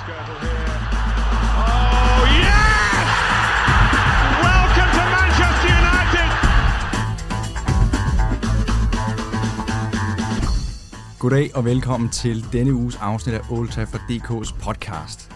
Skirtle here. Oh yes! Welcome to Manchester United! Goddag og velkommen til denne uges afsnit af Old Trafford DK's podcast.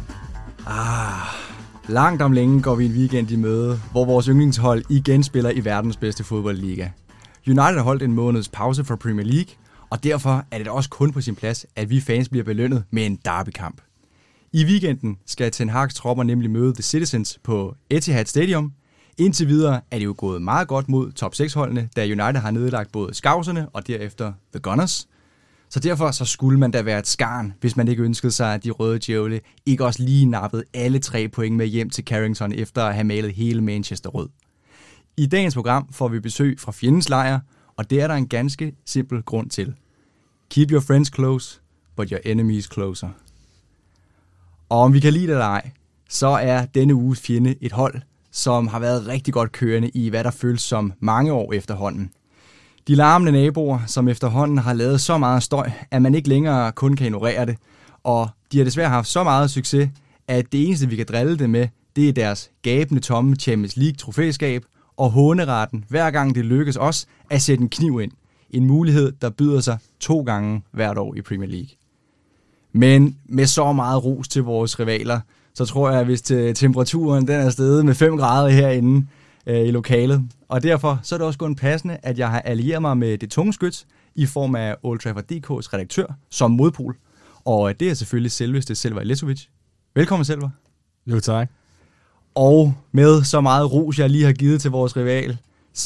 Langt om længe går vi en weekend i møde, hvor vores yndlingshold igen spiller i verdens bedste fodboldliga. United har holdt en måneds pause fra Premier League, og derfor er det da også kun på sin plads, at vi fans bliver belønnet med en derbykamp. I weekenden skal Ten Hag's tropper nemlig møde The Citizens på Etihad Stadium. Indtil videre er det jo gået meget godt mod top 6-holdene, da United har nedlagt både Scouserne og derefter The Gunners. Så derfor så skulle man da være et skarn, hvis man ikke ønskede sig, at de røde djævle ikke også lige nappede alle 3 point med hjem til Carrington efter at have malet hele Manchester rød. I dagens program får vi besøg fra fjendens lejr, og det er der en ganske simpel grund til. Keep your friends close, but your enemies closer. Og om vi kan lide det eller ej, så er denne uges fjende et hold, som har været rigtig godt kørende i hvad der føles som mange år efterhånden. De larmende naboer, som efterhånden har lavet så meget støj, at man ikke længere kun kan ignorere det, og de har desværre haft så meget succes, at det eneste vi kan drille det med, det er deres gabende tomme Champions League trofæskab og håneretten hver gang det lykkes os at sætte en kniv ind. En mulighed, der byder sig 2 gange hvert år i Premier League. Men med så meget ros til vores rivaler, så tror jeg, at hvis temperaturen den er steget med 5 grader herinde i lokalet. Og derfor så er det også gået passende, at jeg har allieret mig med det tunge skyts i form af Old Trafford DK's redaktør som modpol. Og det er selvfølgelig selveste Selvar Iletovic. Velkommen, Selvar. Jo, tak. Og med så meget ros, jeg lige har givet til vores rival,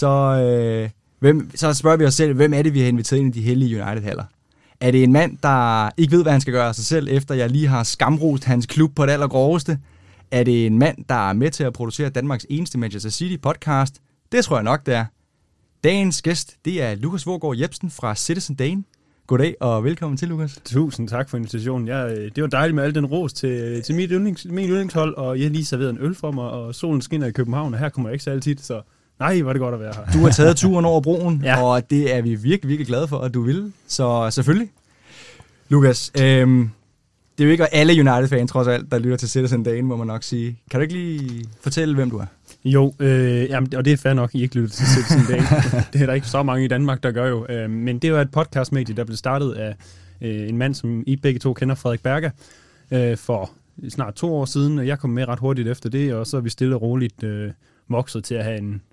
så spørger vi os selv, hvem er det, vi har inviteret ind i de hellige United-haller? Er det en mand, der ikke ved, hvad han skal gøre af sig selv, efter jeg lige har skamrost hans klub på det allergroveste? Er det en mand, der er med til at producere Danmarks eneste Manchester City podcast? Det tror jeg nok, det er. Dagens gæst, det er Lukas Vårgaard Jebsen fra Citizen Dane. Goddag og velkommen til, Lukas. Tusind tak for invitationen. Det var dejligt med al den ros til mit yndlingshold, og jeg har lige serveret en øl for mig, og solen skinner i København, og her kommer jeg ikke så altid, så nej, var det godt at være her. Du har taget turen over broen, ja. Og det er vi virkelig, virkelig glade for, at du vil. Så selvfølgelig. Lukas, det er jo ikke alle United-fans, trods alt, der lytter til Citizen Dane, må man nok sige. Kan du ikke lige fortælle, hvem du er? Jo, og det er fair nok, I ikke lytter til Citizen Dane. Det er der ikke så mange i Danmark, der gør jo. Men det er jo et podcastmedie, der blev startet af en mand, som I begge to kender, Frederik Berga, for snart 2 år siden. Og jeg kom med ret hurtigt efter det, og så er vi stille og roligt vokset til at have en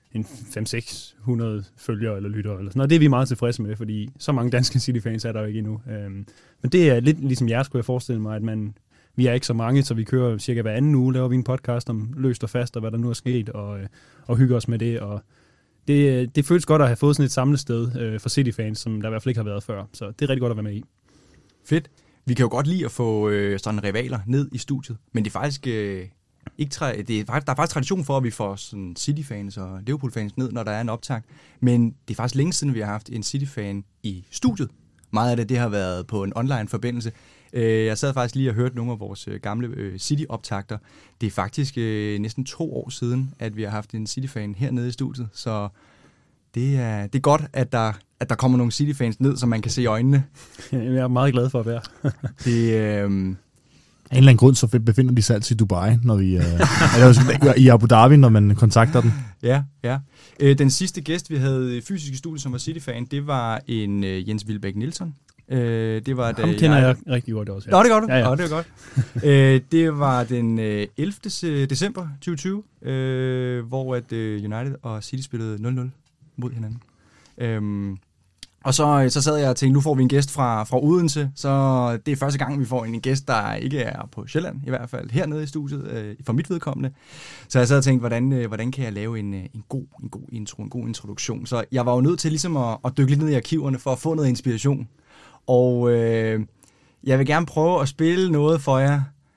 500-600 følgere eller lyttere eller sådan noget. Det er vi meget tilfredse med, fordi så mange danske City-fans er der jo ikke endnu. Men det er lidt ligesom jer, skulle jeg forestille mig, at vi er ikke så mange, så vi kører cirka hver anden uge, laver vi en podcast om løst og fast, og hvad der nu er sket, og hygger os med det. Og det føles godt at have fået sådan et samlested for City-fans, som der i hvert fald ikke har været før. Så det er rigtig godt at være med i. Fedt. Vi kan jo godt lide at få sådan rivaler ned i studiet, men det er faktisk... der er faktisk tradition for, at vi får sådan City-fans og Liverpool-fans ned, når der er en optakt. Men det er faktisk længe siden, vi har haft en City-fan i studiet. Meget af det har været på en online-forbindelse. Jeg sad faktisk lige og hørte nogle af vores gamle City-optagter. Det er faktisk næsten 2 år siden, at vi har haft en City-fan hernede i studiet. Så det er godt, at der kommer nogle City-fans ned, som man kan se i øjnene. Jeg er meget glad for at være. Af en eller anden grund, så befinder de sig altid i Dubai, når vi i Abu Dhabi, når man kontakter dem. Ja. Den sidste gæst, vi havde fysisk i studiet, som var City-fan, det var en Jens Wilbæk Nielsen. Det var ham kender jeg rigtig godt også. Ja. Nå, det gør du. Ja. Nå, det er godt. Det var den 11. december 2020, hvor at United og City spillede 0-0 mod hinanden. Og så sad jeg og tænkte, nu får vi en gæst fra Odense, så det er første gang, vi får en gæst, der ikke er på Sjælland, i hvert fald hernede i studiet, for mit vedkommende. Så jeg sad og tænkte, hvordan kan jeg lave en god intro, en god introduktion. Så jeg var jo nødt til ligesom at dykke lidt ned i arkiverne for at få noget inspiration. Og jeg vil gerne prøve at spille noget for jer,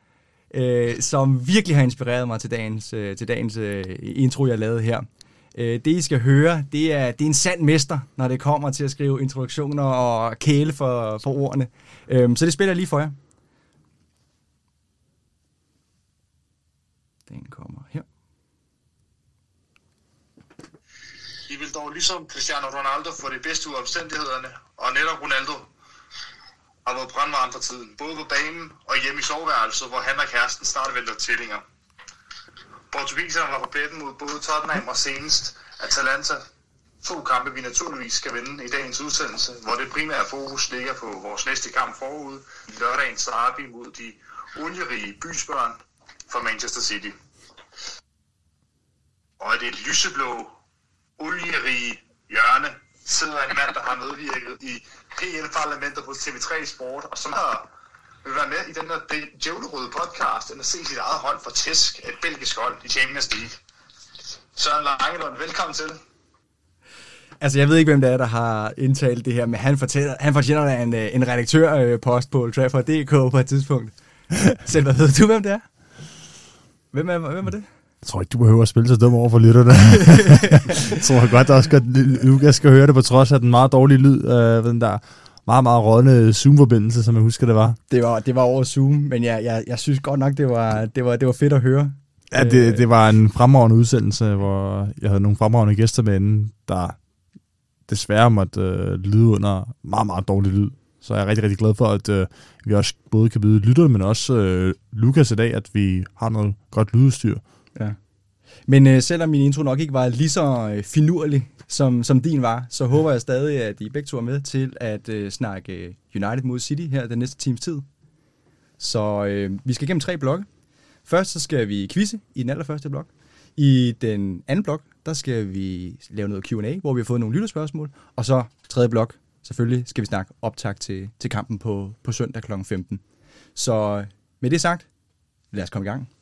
som virkelig har inspireret mig til dagens intro, jeg lavede her. Det, I skal høre, det er en sand mester, når det kommer til at skrive introduktioner og kæle for ordene. Så det spiller jeg lige for jer. Den kommer her. I vil dog ligesom Cristiano Ronaldo få det bedste ud af omstændighederne, og netop Ronaldo har været brandvarm for tiden, både på banen og hjemme i soveværelset, hvor han og kæresten snart venter tvillinger. Portugiserne var på pletten mod både Tottenham og senest Atalanta. 2 kampe, vi naturligvis skal vinde i dagens udsendelse, hvor det primære fokus ligger på vores næste kamp forud, lørdagens derby mod de olierige bysbørn fra Manchester City. Og i det lyseblå, olierige hjørne sidder en mand, der har medvirket i PL-parlamentet på TV3 Sport, og som vil være med i den der djævlerøde podcast, end at se sit eget hold for tæsk af et belgisk hold i Champions League. Søren Langelund, velkommen til. Altså, jeg ved ikke, hvem det er, der har indtalt det her, men han fortjener en redaktørpost på Trafford.dk på et tidspunkt. Selv, ved du, hvem det er? Hvem er det? Jeg tror ikke, du behøver at spille så dum over for lytterne. Jeg tror godt, at Lukas skal høre det, på trods af den meget dårlige lyd af den der meget, meget rådne Zoom-forbindelse, som jeg husker, det var. Det var over Zoom, men jeg synes godt nok, det var fedt at høre. Ja, det var en fremragende udsendelse, hvor jeg havde nogle fremragende gæster med inden, der desværre måtte lyde under meget, meget dårlig lyd. Så jeg er rigtig, rigtig glad for, at vi også både kan byde lytterne, men også Lukas i dag, at vi har noget godt lydudstyr. Ja. Men selvom min intro nok ikke var lige så finurlig, som din var, så håber jeg stadig, at I begge to er med til at snakke United mod City her den næste times tid. Så vi skal igennem 3 blokke. Først så skal vi quizze i den allerførste blok. I den anden blok, der skal vi lave noget Q&A, hvor vi har fået nogle lytterspørgsmål. Og så tredje blok, selvfølgelig skal vi snakke optakt til kampen på søndag kl. 15. Så med det sagt, lad os komme i gang.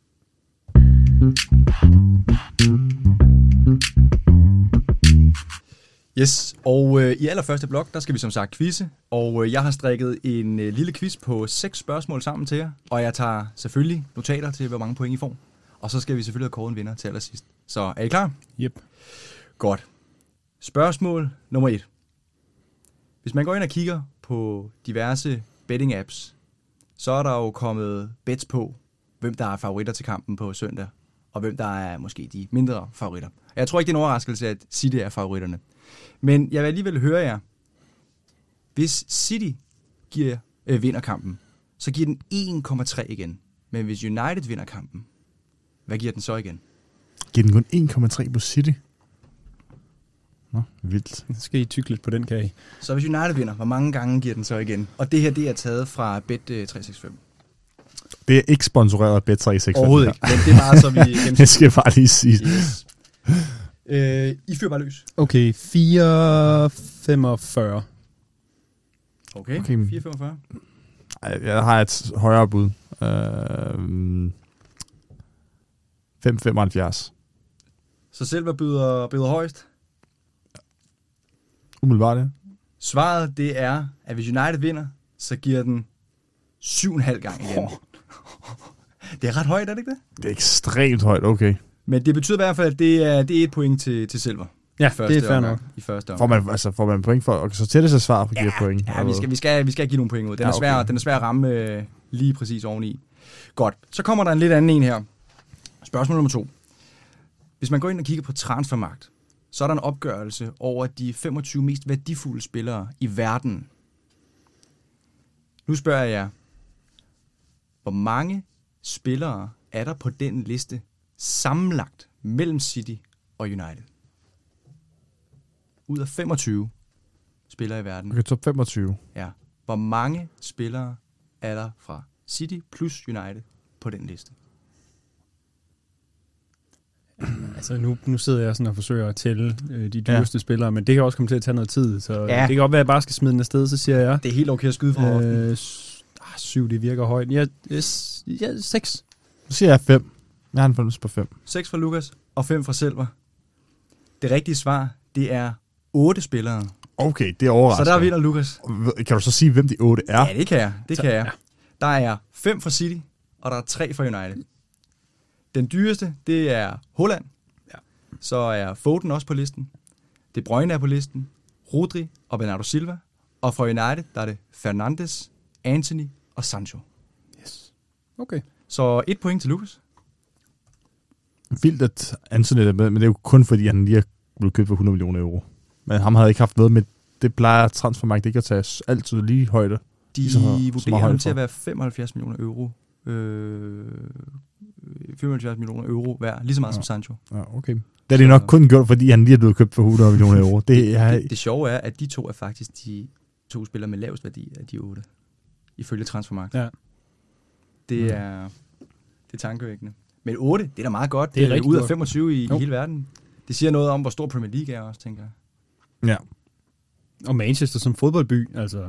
Yes, og i allerførste blok, der skal vi som sagt quizze, og jeg har strikket en lille quiz på 6 spørgsmål sammen til jer, og jeg tager selvfølgelig notater til, hvor mange point I får, og så skal vi selvfølgelig have kåret en vinder til allersidst. Så er I klar? Yep. Godt. Spørgsmål nummer 1. Hvis man går ind og kigger på diverse betting apps, så er der jo kommet bets på, hvem der er favoritter til kampen på søndag, og hvem der er måske de mindre favoritter. Jeg tror ikke, det er en overraskelse, at City er favoritterne. Men jeg vil alligevel høre jer. Hvis City vinder kampen, så giver den 1,3 igen. Men hvis United vinder kampen, hvad giver den så igen? Giver den kun 1,3 på City? Nå, vildt. Så skal I tykke lidt på den kage. Så hvis United vinder, hvor mange gange giver den så igen? Og det her, det er taget fra Bet365. Det er ikke sponsoreret af Bet365. Overhovedet ikke, men det er bare så vi... Det skal jeg bare lige sige. Yes. I fyrer bare løs. Okay, 4,45. Okay. 4,45. Jeg har et højere bud. 5,75. Så Silva byder højst? Umiddelbart, ja. Svaret, det er, at hvis United vinder, så giver den 7,5 gang igen. Det er ret højt, er det ikke det? Det er ekstremt højt, okay. Men det betyder i hvert fald, at det er 1 point til Silver. Ja, det er fair nok. I første omgang. Får man point for, og så tætte sig svar for at give point? Ja, vi skal give nogle point ud. Den er svær at ramme lige præcis oveni. Godt, så kommer der en lidt anden en her. Spørgsmål nummer 2. Hvis man går ind og kigger på Transfermarkt, så er der en opgørelse over de 25 mest værdifulde spillere i verden. Nu spørger jeg, hvor mange spillere er der på den liste sammenlagt mellem City og United? Ud af 25 spillere i verden. Okay, top 25. Ja. Hvor mange spillere er der fra City plus United på den liste? Altså nu sidder jeg sådan og forsøger at tælle de dyreste spillere, men det kan også komme til at tage noget tid, så det kan godt være, at jeg bare skal smide den afsted, så siger jeg... Det er helt okay at skyde fra hoften. 7, det virker højt. Ja, 6. Så siger jeg 5. Jeg har en fornemmelse på 5. 6 fra Lukas og 5 fra Silver. Det rigtige svar, det er 8 spillere. Okay, det er overraskende. Så der vinder Lukas. Kan du så sige, hvem de 8 er? Ja, det kan jeg. Der er 5 fra City, og der er 3 fra United. Den dyreste, det er Holland. Ja. Så er Foden også på listen. De Bruyne er på listen. Rodri og Bernardo Silva. Og fra United, der er det Fernandes, Anthony og Sancho. Yes. Okay. Så 1 point til Lukas. Vildt, at Anthony er med, men det er jo kun fordi, han lige er blevet købt for 100 millioner euro. Men ham havde ikke haft noget med, det plejer Transfermarkt ikke at tage altid lige højde. De vurderer ham til at være 75 millioner euro. 75 millioner euro værd, lige så meget som Sancho. Ja, okay. Det er det nok kun gjort, fordi han lige er blevet købt for 100 millioner euro. Det sjove er, at de to er faktisk de 2 spillere med lavest værdi af de 8, ifølge Transfermarkt. Ja. Det er tankevækkende. Men 8, det er da meget godt. Det er rigtig ud af godt. 25 i hele verden. Det siger noget om, hvor stor Premier League er også, tænker jeg. Ja. Og Manchester som fodboldby, altså,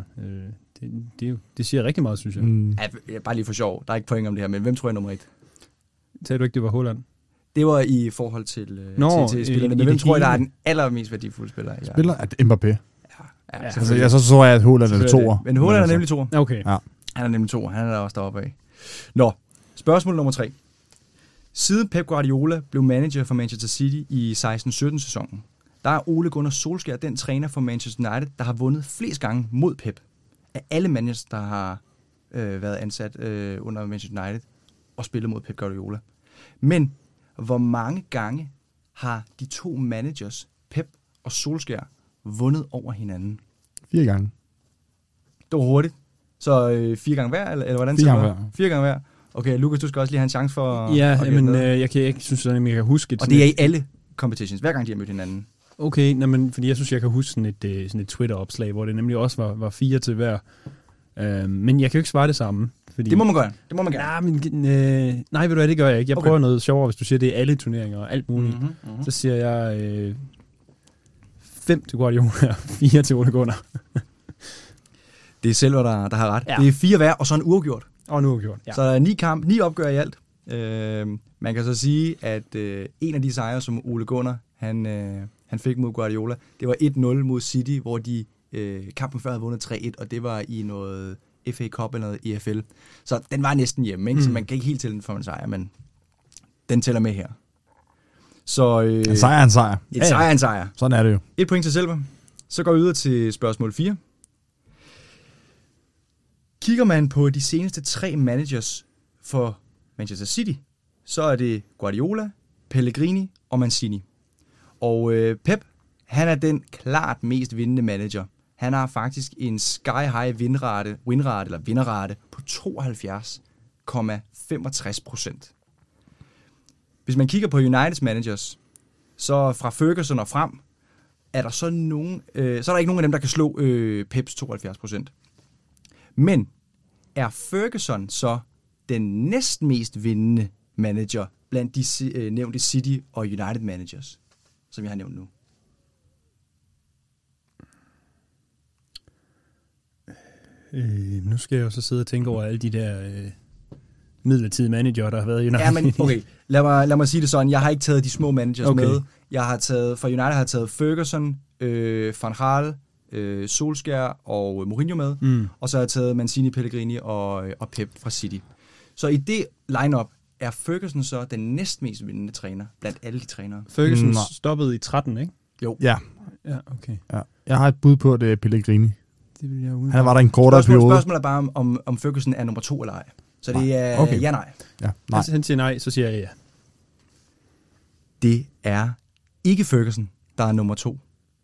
det siger rigtig meget, synes jeg. Ja, bare lige for sjov. Der er ikke point om det her, men hvem tror jeg er nummer 1? Sagde du ikke, det var Haaland? Det var i forhold til spillerne. Men hvem tror jeg, der er den allermest værdifulde spiller? Spiller er Mbappé. Ja, altså, jeg så jeg, at Haaland er 2'er. Men Haaland er nemlig 2'er. Okay. Ja. Han er nemlig 2'er. Han er der også deroppe af. Nå, spørgsmål nummer 3. Siden Pep Guardiola blev manager for Manchester City i 16-17 sæsonen, der er Ole Gunnar Solskjaer den træner for Manchester United, der har vundet flest gange mod Pep. Af alle managers, der har været ansat under Manchester United og spillet mod Pep Guardiola. Men hvor mange gange har de 2 managers, Pep og Solskjaer, vundet over hinanden? 4 gange. Det var hurtigt. Så 4 gange hver, eller hvordan? 4 gange hver. 4 gange hver. Okay, Lukas, du skal også lige have en chance for... Ja, men jeg synes, at jeg kan huske... Og det er i alle competitions, hver gang de har mødt hinanden. Okay, fordi jeg synes, jeg kan huske sådan et Twitter-opslag, hvor det nemlig også var 4 til hver. Men jeg kan jo ikke svare det samme. Fordi... Det må man gøre. Nej, ved du hvad, det gør jeg ikke. Jeg prøver noget sjovere, hvis du siger, det er alle turneringer og alt muligt. Så siger jeg 5 til Guardiola, 4 til Ole Gunnar. Det er Selver, der har ret. Ja. Det er 4 hver, og så en uafgjort. Og nu gjort. Ja. Så der er 9 opgør i alt. Man kan så sige, at en af de sejre, som Ole Gunnar han fik mod Guardiola, det var 1-0 mod City, hvor de kampen før havde vundet 3-1, og det var i noget FA Cup eller noget EFL. Så den var næsten hjemme, ikke? Så man kan ikke helt tælle den for en sejr, men den tæller med her. Så, en sejr er en sejr. En sejr er en sejr. Sådan er det jo. 1 point til Selver. Så går vi videre til spørgsmål 4. Kigger man på de seneste 3 managers for Manchester City, så er det Guardiola, Pellegrini og Mancini. Og Pep, han er den klart mest vindende manager. Han har faktisk en sky-high vinderrate på 72,65%. Hvis man kigger på Uniteds managers, så fra Ferguson og frem, er der så er der ikke nogen af dem, der kan slå Peps 72%. Men er Ferguson så den næstmest vindende manager blandt de nævnte City og United managers, som jeg har nævnt nu? Nu skal jeg jo så sidde og tænke over alle de der midlertidige manager, der har været i United. Ja, men okay. Lad mig sige det sådan. Jeg har ikke taget de små managers med. Jeg har taget, for United har jeg taget Ferguson, Van Gaal, Solskjaer og Mourinho med. Og så har jeg taget Mancini, Pellegrini og Pep fra City. Så i det lineup er Ferguson så den næstmest vindende træner blandt alle de trænere. Ferguson stoppede i 13, ikke? Jo. Ja. Ja, okay. Ja. Jeg har et bud på, det er Pellegrini. Det vil jeg Han var der en kortere periode. Spørgsmålet er bare, om Ferguson er nummer 2 eller ej. Så det er ja-nej. Ja, nej. Han siger nej, så siger jeg ja. Det er ikke Ferguson, der er nummer 2.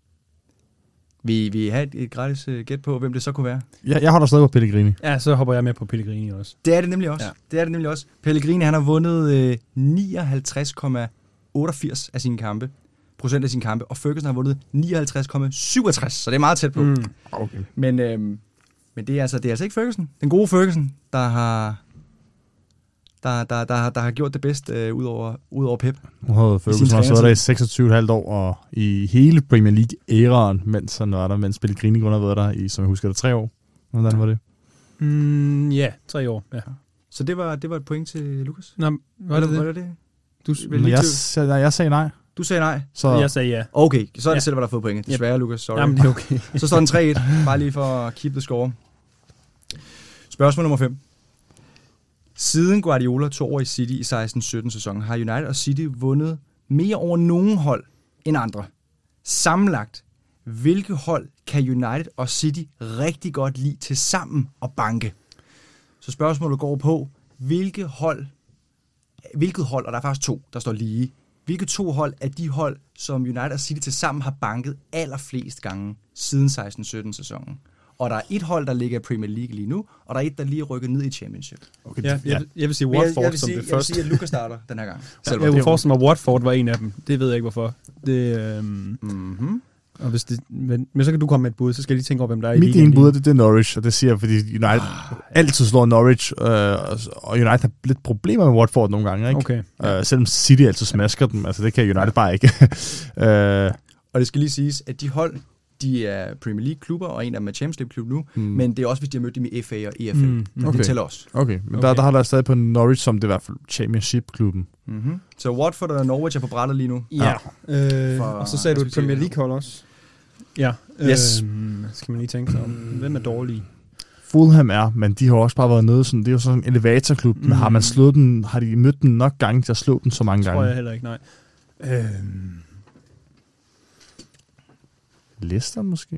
Vi have et gratis gæt på, hvem det så kunne være? Jeg holder stadig på Pellegrini. Ja, så hopper jeg med på Pellegrini også. Det er det nemlig også. Ja. Det er det nemlig også. Pellegrini, han har vundet 59,88 af sine kampe. Procent af sine kampe, og Ferguson har vundet 59,67, så det er meget tæt på. Okay. Men det er altså ikke Ferguson. Den gode Ferguson, der har gjort det bedst ud over Pep. Nu havde Ferguson også været der i 26,5 år, og i hele Premier League-æraen, mens han var der, mens Pellegrini kun har været der i, som jeg husker det, 3 år. Hvordan var det? Ja, 3 år, ja. Så det var et point til Lukas? Nå, var det det? Jeg sagde nej. Du sagde nej? Så jeg sagde ja. Okay, så er det selv, der har fået pointet. Desværre, Lukas, sorry. Jamen, det er okay. Så står den 3-1, bare lige for at keep the score. Spørgsmål nummer 5. Siden Guardiola tog over i City i 16-17 sæsonen, har United og City vundet mere over nogen hold end andre. Sammenlagt, hvilke hold kan United og City rigtig godt lide til sammen at banke? Så spørgsmålet går på, hvilket hold, og der er faktisk 2, der står lige. Hvilke 2 hold er de hold, som United og City til sammen har banket allerflest gange siden 16-17 sæsonen? Og der er et hold, der ligger i Premier League lige nu, og der er et, der lige er rykket ned i Championship. Okay, Ja, jeg vil sige Men Watford som det jeg vil første. sige, at Lukas starter den her gang. Jeg kunne forestille mig, at Watford var en af dem. Det ved jeg ikke, hvorfor. Det, og hvis det, men så kan du komme med et bud, så skal jeg lige tænke over, hvem der er i mit ligaen ene bud, lige. det er Norwich, og det siger jeg, fordi United altid slår Norwich, og United har lidt problemer med Watford nogle gange, ikke? Okay. Selvom City altid smasker dem, altså det kan United bare ikke. Og det skal lige siges, at de hold, de er Premier League-klubber, og en af dem er Champions League-klub nu, men det er også, hvis de har mødt dem i FA og EFL. Okay. Det tæller også. Okay, men der har der stadig på Norwich, som det er i hvert fald Championship-klubben. Mm-hmm. Så Watford og Norwich er på brættet lige nu. Ja. For- Og så sagde du et Premier League-hold også. Ja. Yes. Skal man lige tænke sig om, hvem er dårlige? Fulham er, men de har også bare været nede sådan, det er jo sådan en elevatorklub, men har man slået den, har de mødt den nok gange til at slå den så mange Tror gange? jeg heller ikke, nej. Leicester måske?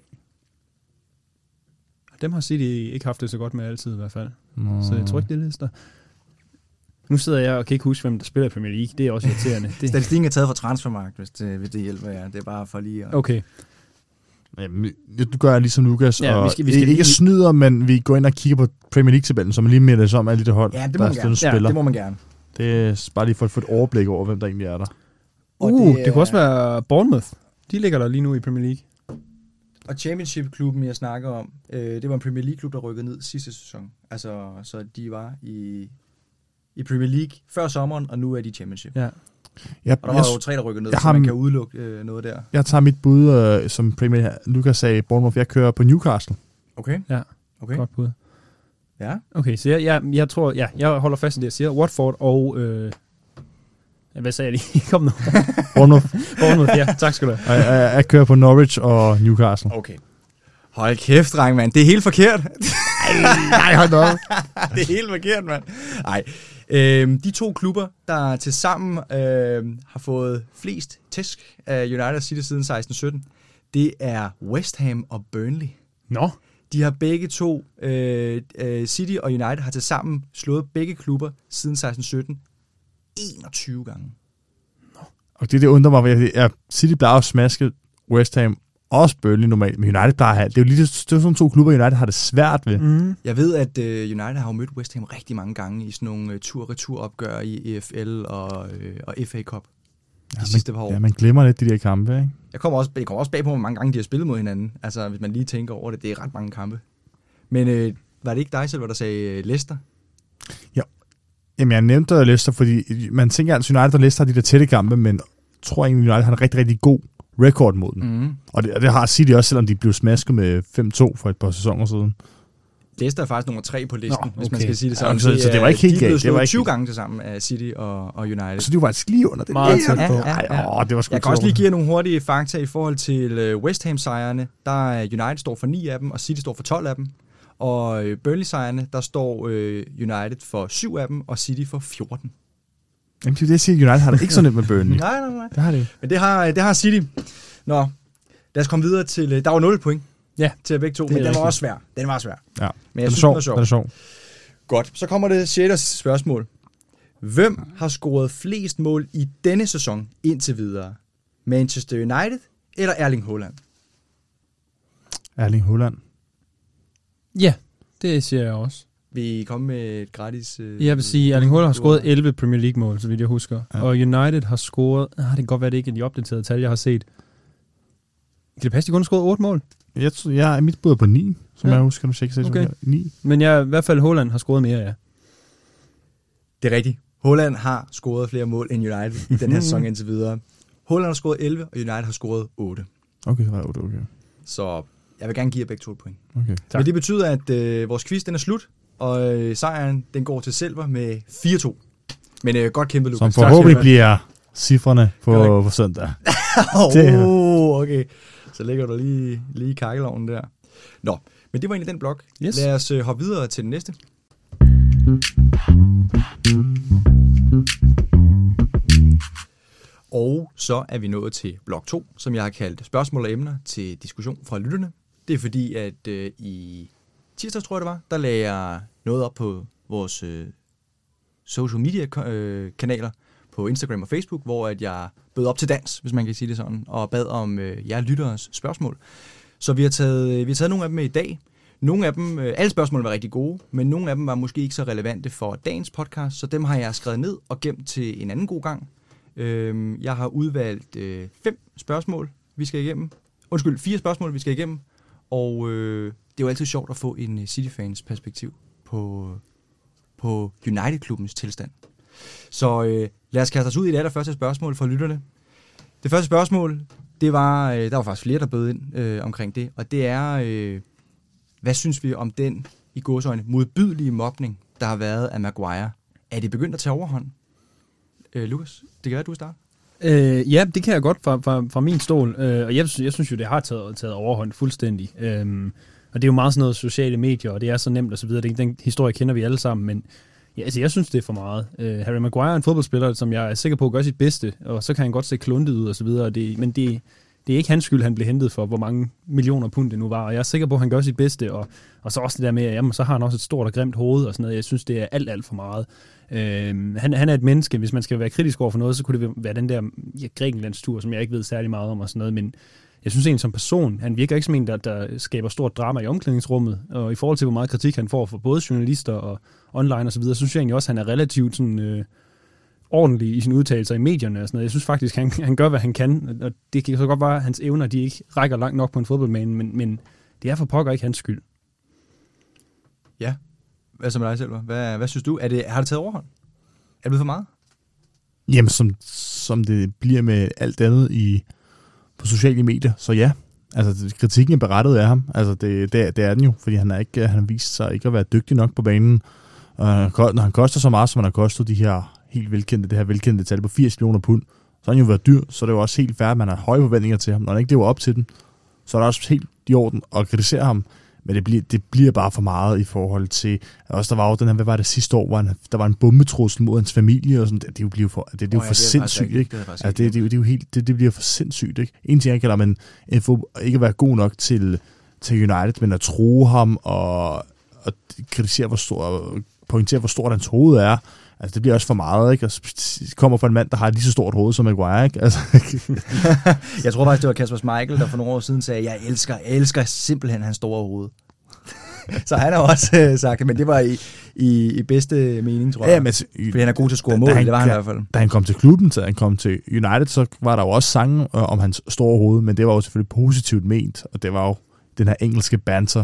Dem har City ikke haft det så godt med altid i hvert fald. Så jeg tror ikke, det er Leicester. Nu sidder jeg og kan ikke huske, hvem der spiller i Premier League. Det er også irriterende. Statistikken er taget fra Transfermarkt, hvis det hjælper jer. Det er bare for lige at... Okay. Jamen, du gør ligesom Lukas, Ja, og vi skal ikke lige- snyder, men vi går ind og kigger på Premier League-tabellen, så man lige minder sig om alle de hold, Ja, det må der man gerne. spiller. Det må man gerne. Det er bare lige for at få et overblik over, hvem der egentlig er der. Og Det kunne også være Bournemouth. De ligger der lige nu i Premier League. Og Championship-klubben, jeg snakker om, det var en Premier League-klub, der rykkede ned sidste sæson. Altså, så de var i Premier League før sommeren, og nu er de i Championship. Ja. Og der var jo 3, der rykkede ned, jeg så har- man kan udelukke noget der. Jeg tager mit bud, som Premier Lukas sagde, Bournemouth, jeg kører på Newcastle. Okay. Ja. Okay. Godt bud. Ja. Okay, så jeg tror, jeg holder fast i det, jeg siger. Watford og... hvad sagde jeg lige? Kom nu. Bournemouth, ja. Tak skal du have. Og jeg kører på Norwich og Newcastle. Okay. Hold kæft, dreng, mand. Det er helt forkert. Nej, hold da op. Det er helt forkert, mand. Nej. De 2 klubber, der til sammen har fået flest tæsk af United City siden 16-17, det er West Ham og Burnley. Nå. De har begge to, City og United har til sammen slået begge klubber siden 16-17 21 gange. Og det undrer mig, at City plejer at smaske West Ham, også Burnley normalt, men United plejer at have. Det er jo sådan 2 klubber, United har det svært ved. Mm. Jeg ved, at United har jo mødt West Ham rigtig mange gange i sådan nogle tur-retur-opgør i EFL og FA Cup de sidste par år. Ja, man glemmer lidt de der kampe, ikke? Jeg kommer også bag på, hvor mange gange de har spillet mod hinanden. Altså, hvis man lige tænker over det, det er ret mange kampe. Men var det ikke dig selv, der sagde Leicester? Jamen, jeg nævnte Leicester, fordi man tænker, at United og Leicester har de der tætte kampe, men tror egentlig, United har en rigtig, rigtig god record mod dem. Mm. Og det har City også, selvom de blev smasket med 5-2 for et par sæsoner siden. Leicester er faktisk nummer 3 på listen, Nå, hvis man okay. skal sige det Ja, sådan. så det var ikke helt de er blevet galt. Det var slået ikke 20 helt- gange til sammen af City og United. Så de var faktisk lige under det. Meget tæt på. Ja. Det var sgu Jeg kan også sjovt. lige give jer nogle hurtige fakta i forhold til West Ham-sejrene. Der er United står for 9 af dem, og City står for 12 af dem. Og Burnley-sejrene, der står United for 7 af dem, og City for 14. Jamen, det er det, jeg siger, United har det ikke så nemt med Burnley. Nej. Det har det. Men det har City. Nå, lad os komme videre til... Der var 0 point til begge to, det er men den var rigtigt. også svær. Den var svær. Ja. Men jeg Den er synes, sjov. den er sjov. Den er sjov. Godt, så kommer det 6. og sidste spørgsmål. Hvem har scoret flest mål i denne sæson indtil videre? Manchester United eller Erling Haaland? Erling Haaland. Ja, det siger jeg også. Vil I komme med et gratis... Jeg vil sige, at Erling Haaland har scoret 11 Premier League-mål, så vidt jeg husker. Ja. Og United har scoret... det kan godt være, det ikke er de opdaterede tal, jeg har set. Kan det passe, de kun har scoret 8 mål? Jeg er mit bud på 9, som Ja. jeg husker, nu tjekker Okay. 9. Men i hvert fald Haaland har scoret mere, ja. Det er rigtigt. Haaland har scoret flere mål end United i den her sæson indtil videre. Haaland har scoret 11, og United har scoret 8. Okay, så var det 8, okay. Så jeg vil gerne give jer begge to et point. Okay. Tak. Men det betyder, at vores quiz den er slut, og sejren den går til Silver med 4-2. Men godt kæmpet, Lukas. Som Tak forhåbentlig skal du bliver cifrene på søndag. have. Okay. Så ligger du lige i kakkelovnen der. Nå, men det var egentlig den blok. Yes. Lad os hoppe videre til den næste. Og så er vi nået til blok 2, som jeg har kaldt spørgsmål og emner til diskussion fra lytterne. Det er fordi, at i tirsdag, tror jeg det var, der lagde jeg noget op på vores social media kanaler på Instagram og Facebook, hvor at jeg bød op til dans, hvis man kan sige det sådan, og bad om jer lytteres spørgsmål. Så vi har taget nogle af dem med i dag. Nogle af dem, alle spørgsmål var rigtig gode, men nogle af dem var måske ikke så relevante for dagens podcast, så dem har jeg skrevet ned og gemt til en anden god gang. Jeg har udvalgt 4 spørgsmål, vi skal igennem, og det er jo altid sjovt at få en City-fans perspektiv på United-klubbens tilstand. Så lad os kaste os ud i det allerførste spørgsmål fra lytterne. Det første spørgsmål, det var, der var faktisk flere, der bød ind omkring det, og det er, hvad synes vi om den, i gåseøjne, modbydelige mobning, der har været af Maguire? Er det begyndt at tage overhånd? Lukas, det kan være, du starter. Ja, det kan jeg godt fra min stol, og jeg synes jo, det har taget overhånd fuldstændig. Og det er jo meget sådan noget sociale medier, og det er så nemt og så videre. Den historie kender vi alle sammen, men ja, altså, jeg synes, det er for meget. Harry Maguire er en fodboldspiller, som jeg er sikker på at gøre sit bedste, og så kan han godt se kluntet ud og så videre, men det er ikke hans skyld, han blev hentet for, hvor mange millioner pund det nu var, og jeg er sikker på, at han gør sit bedste, og så også det der med, at jamen, så har han også et stort og grimt hoved og sådan noget. Jeg synes, det er alt for meget. Han er et menneske. Hvis man skal være kritisk over for noget, så kunne det være den der Grækenlands tur, som jeg ikke ved særlig meget om og sådan noget, men jeg synes egentlig som person, han virker ikke som en, der skaber stort drama i omklædningsrummet, og i forhold til, hvor meget kritik han får fra både journalister og online og så videre, så synes jeg egentlig også, at han er relativt sådan, ordentlig i sine udtalelser i medierne og sådan noget. Jeg synes faktisk, han gør, hvad han kan, og det kan så godt være, at hans evner, de ikke rækker langt nok på en fodboldbane, men det er for pokker ikke hans skyld. Ja. Hvad så med dig selv? Hvad synes du? Har det taget overhånd? Er det blevet for meget? Jamen, som det bliver med alt andet på sociale medier, så ja. Altså, kritikken er berettet af ham. Altså, det er den jo, fordi han har vist sig ikke at være dygtig nok på banen. Og når han koster så meget, som han har kostet det her velkendte tal på 80 millioner pund, så har han jo været dyr, så det er jo også helt fair, at man har høje forventninger til ham. Når han ikke lever op til den, så er det også helt i orden at kritisere ham. Men det bliver bare for meget i forhold til, også der var jo den her, hvad var det sidste år, hvor der var en bombetrussel mod hans familie, og sådan, det bliver for sindssygt, ikke? Det bliver for sindssygt, ikke? En ting er ikke, at man ikke at være god nok til United, men at true ham og kritisere, pointere, hvor stort hans hoved er. Altså, det bliver også for meget, ikke? Altså, det kommer fra en mand, der har lige så stort hoved som Maguire, ikke? Altså. Jeg tror faktisk, det var Kasper Schmeichel, der for nogle år siden sagde, jeg elsker simpelthen hans store hoved. Så han har også sagt det, men det var i bedste mening, tror jeg. Ja, men, fordi han er god til at score mål, det var han i hvert fald. Da han kom til klubben, så han kom til United, så var der jo også sange om hans store hoved, men det var jo selvfølgelig positivt ment, og det var jo den her engelske banter,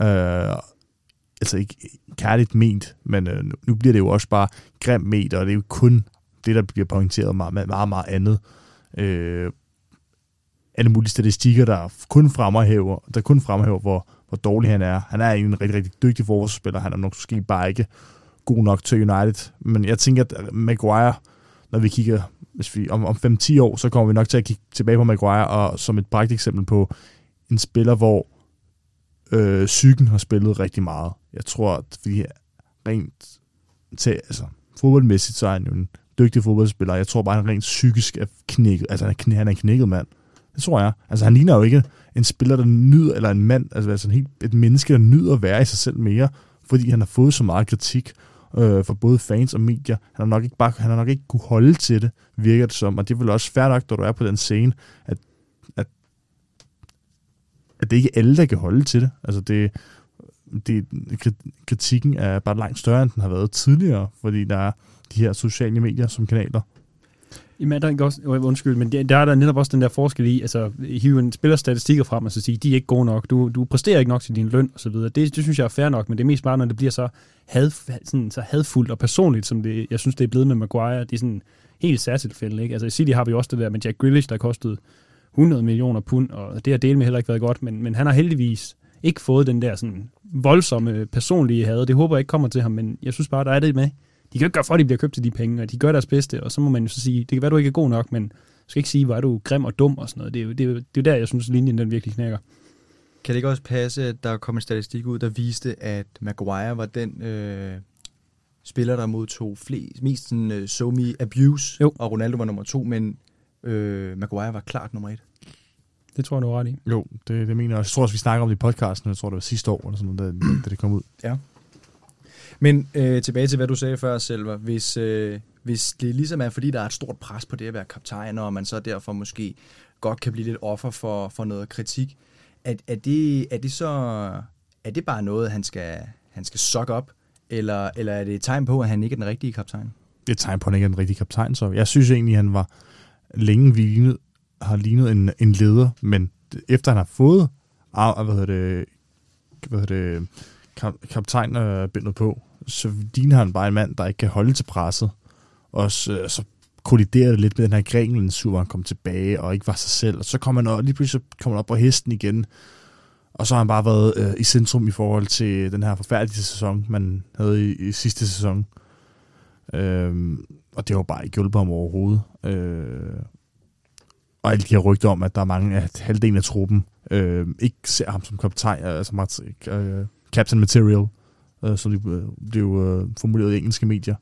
altså ikke kærligt ment, men nu bliver det jo også bare grimt ment, og det er jo kun det, der bliver pointeret meget, meget andet. Alle mulige statistikker, der kun fremhæver, hvor dårlig han er. Han er en rigtig, rigtig dygtig forsvarsspiller. Han er nok måske bare ikke god nok til United. Men jeg tænker, at Maguire, når vi kigger om 5-10 år, så kommer vi nok til at kigge tilbage på Maguire, og som et prakteksempel på en spiller, hvor psyken har spillet rigtig meget. Jeg tror, at vi rent til, altså fodboldmæssigt, så er han jo en dygtig fodboldspiller. Jeg tror bare, at han rent psykisk er knækket. Altså han er en knækket mand. Det tror jeg. Altså han ligner jo ikke en spiller, der nyder, eller en mand, altså et menneske, der nyder at være i sig selv mere, fordi han har fået så meget kritik fra både fans og medier. Han har nok ikke kunne holde til det, virker det som. Og det er vel også fair nok, når du er på den scene, at det ikke er alle, der kan holde til det. Altså kritikken er bare langt større, end den har været tidligere, fordi der er de her sociale medier som kanaler. Jamen, der er ikke også, undskyld, men der er der netop også den der forskel i, altså hive en spillerstatistikker frem og så sige, de er ikke gode nok, du præsterer ikke nok til din løn og så videre. Det synes jeg er fair nok, men det er mest bare, når det bliver så hadfuldt og personligt, som det, jeg synes, det er blevet med Maguire. Det er sådan helt særligt fælde, ikke? Altså i City har vi også det der med Jack Grealish, der kostede 100 millioner pund, og det har delt med heller ikke været godt, men han har heldigvis ikke fået den der sådan voldsomme personlige had. Det håber jeg ikke kommer til ham, men jeg synes bare, der er det med. De kan ikke gøre for, at de bliver købt til de penge, og de gør deres bedste, og så må man jo så sige, det kan være, du ikke er god nok, men du skal ikke sige, hvor er du grim og dum og sådan noget. Det er jo der, jeg synes, linjen den virkelig knækker. Kan det ikke også passe, at der kom en statistik ud, der viste, at Maguire var den spiller, der modtog mest sådan, so-me abuse, jo, og Ronaldo var nummer 2, men Maguire var klart nummer 1. Det tror jeg, du er ret i. Jo, det mener jeg også. Jeg tror også, vi snakker om det i podcasten, jeg tror, det var sidste år, eller sådan noget, da det kom ud. Ja. Men tilbage til, hvad du sagde før, Selver. Hvis det ligesom er, fordi der er et stort pres på det at være kaptajn, og man så derfor måske godt kan blive lidt offer for noget kritik, er er det bare noget, han skal suck op, eller er det et tegn på, at han ikke er den rigtige kaptajn? Det er et tegn på, at han ikke er den rigtige kaptajn, så jeg synes egentlig, at han var har lignet en leder, men efter han har fået kaptajnbindet på, så ligner han bare en mand, der ikke kan holde til presset. Og så kolliderede det lidt med den her Grækenlandstur, hvor han kom tilbage og ikke var sig selv. Og så kom han lige pludselig op på hesten igen. Og så har han bare været i centrum i forhold til den her forfærdelige sæson, man havde i sidste sæson. Og det var bare ikke hjulpet ham overhovedet. Og alle de her rygter om, at der er mange af halvdelen af truppen ikke ser ham som kaptajn, altså captain material, som det blev formuleret i engelske medier.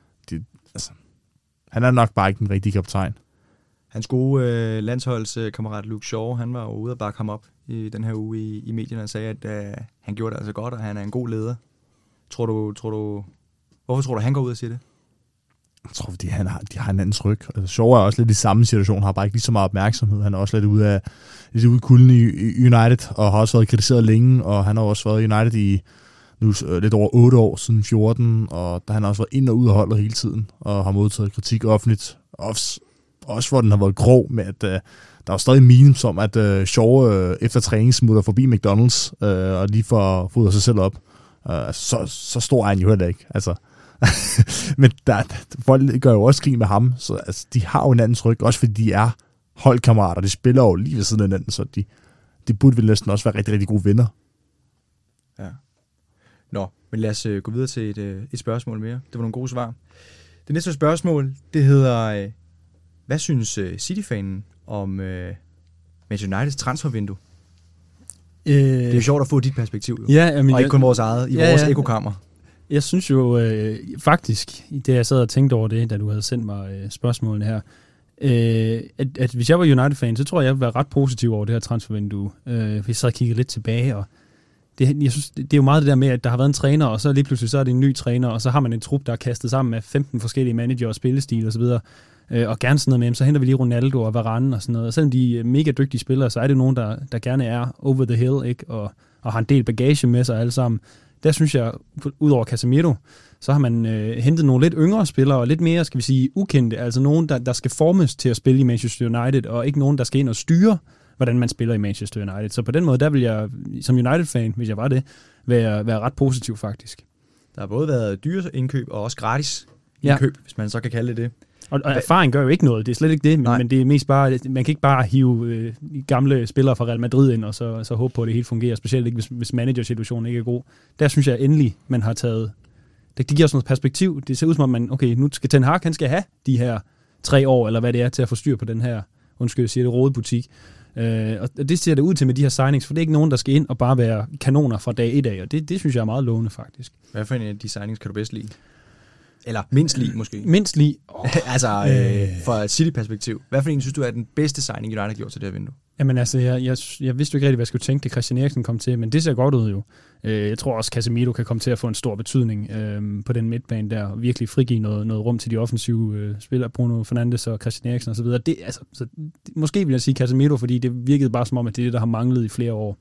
Han er nok bare ikke den rigtige kaptajn. Hans gode landsholdskammerat Luke Shaw, han var jo ude at bakke ham op i den her uge i medierne og sagde, at han gjorde det altså godt, og han er en god leder. Hvorfor tror du, han går ud og siger det? Jeg tror, fordi de har en andens ryg. Altså, Shaw er også lidt i samme situation, har bare ikke lige så meget opmærksomhed. Han er også lidt ude i kulden i United, og har også været kritiseret længe, og han har også været i United i nu lidt over 8 år siden 14, og der han har også været ind og ud af holdet hele tiden, og har modtaget kritik offentligt. Også hvor den har været grov med, at der er stadig memes om, at Shaw efter træning smutter forbi McDonald's, og lige får fodret sig selv op. Så stor er han jo heller ikke. Altså. Men folk gør jo også grin med ham, så altså, de har jo en andens ryg, også fordi de er holdkammerater, de spiller jo lige ved siden af hinanden, så de burde vel næsten også være rigtig, rigtig gode venner. Ja. Nå, men lad os gå videre til et spørgsmål mere. Det var nogle gode svar. Det næste spørgsmål, det hedder, hvad synes City-fanen om Manchester Uniteds transfervindue? Det er jo sjovt at få dit perspektiv, jo. Ja, og ikke kun vores eget, i vores ekokammer. Jeg synes jo faktisk, det jeg sad og tænkte over det, da du havde sendt mig spørgsmålene her, at hvis jeg var United-fan, så tror jeg ville være ret positiv over det her transfervindue. Vi sad og kiggede lidt tilbage, og jeg synes, det er jo meget det der med, at der har været en træner, og så lige pludselig så er det en ny træner, og så har man en trup, der er kastet sammen med 15 forskellige manager og spillestil og så videre, og gerne sådan noget med dem, så henter vi lige Ronaldo og Varane og sådan noget. Og selvom de er mega dygtige spillere, så er det nogen, der gerne er over the hill, ikke? Og har en del bagage med sig alle sammen. Der synes jeg, udover Casemiro, så har man hentet nogle lidt yngre spillere, og lidt mere, skal vi sige, ukendte, altså nogen, der skal formes til at spille i Manchester United, og ikke nogen, der skal ind og styre, hvordan man spiller i Manchester United. Så på den måde, der vil jeg, som United-fan, hvis jeg var det, være ret positiv faktisk. Der har både været dyre indkøb og også gratis indkøb, hvis man så kan kalde det. Og erfaring gør jo ikke noget, det er slet ikke det, men det er mest bare, man kan ikke bare hive gamle spillere fra Real Madrid ind, og så håbe på, at det hele fungerer, specielt ikke, hvis managersituationen ikke er god. Der synes jeg endelig, man har taget, det giver os noget perspektiv. Det ser ud som om, nu skal Ten Hag, han skal have de her 3 år, eller hvad det er, til at få styr på den her, rodebutik. Og det ser det ud til med de her signings, for det er ikke nogen, der skal ind og bare være kanoner fra dag 1 af, og det synes jeg er meget lovende faktisk. Hvad for en af de signings kan du bedst lide? Eller mindst lige, måske. Mindst lige. Altså, fra et City-perspektiv. Hvad for en synes du er den bedste signing, United har gjort til det her vindue? Jamen altså, jeg vidste jo ikke rigtig, hvad jeg skulle tænke, det Christian Eriksen kom til, men det ser godt ud jo. Jeg tror også, Casemiro kan komme til at få en stor betydning på den midtbane der, og virkelig frigive noget rum til de offensive spillere, Bruno Fernandes og Christian Eriksen osv. Måske vil jeg sige Casemiro, fordi det virkede bare som om, at det er det, der har manglet i flere år.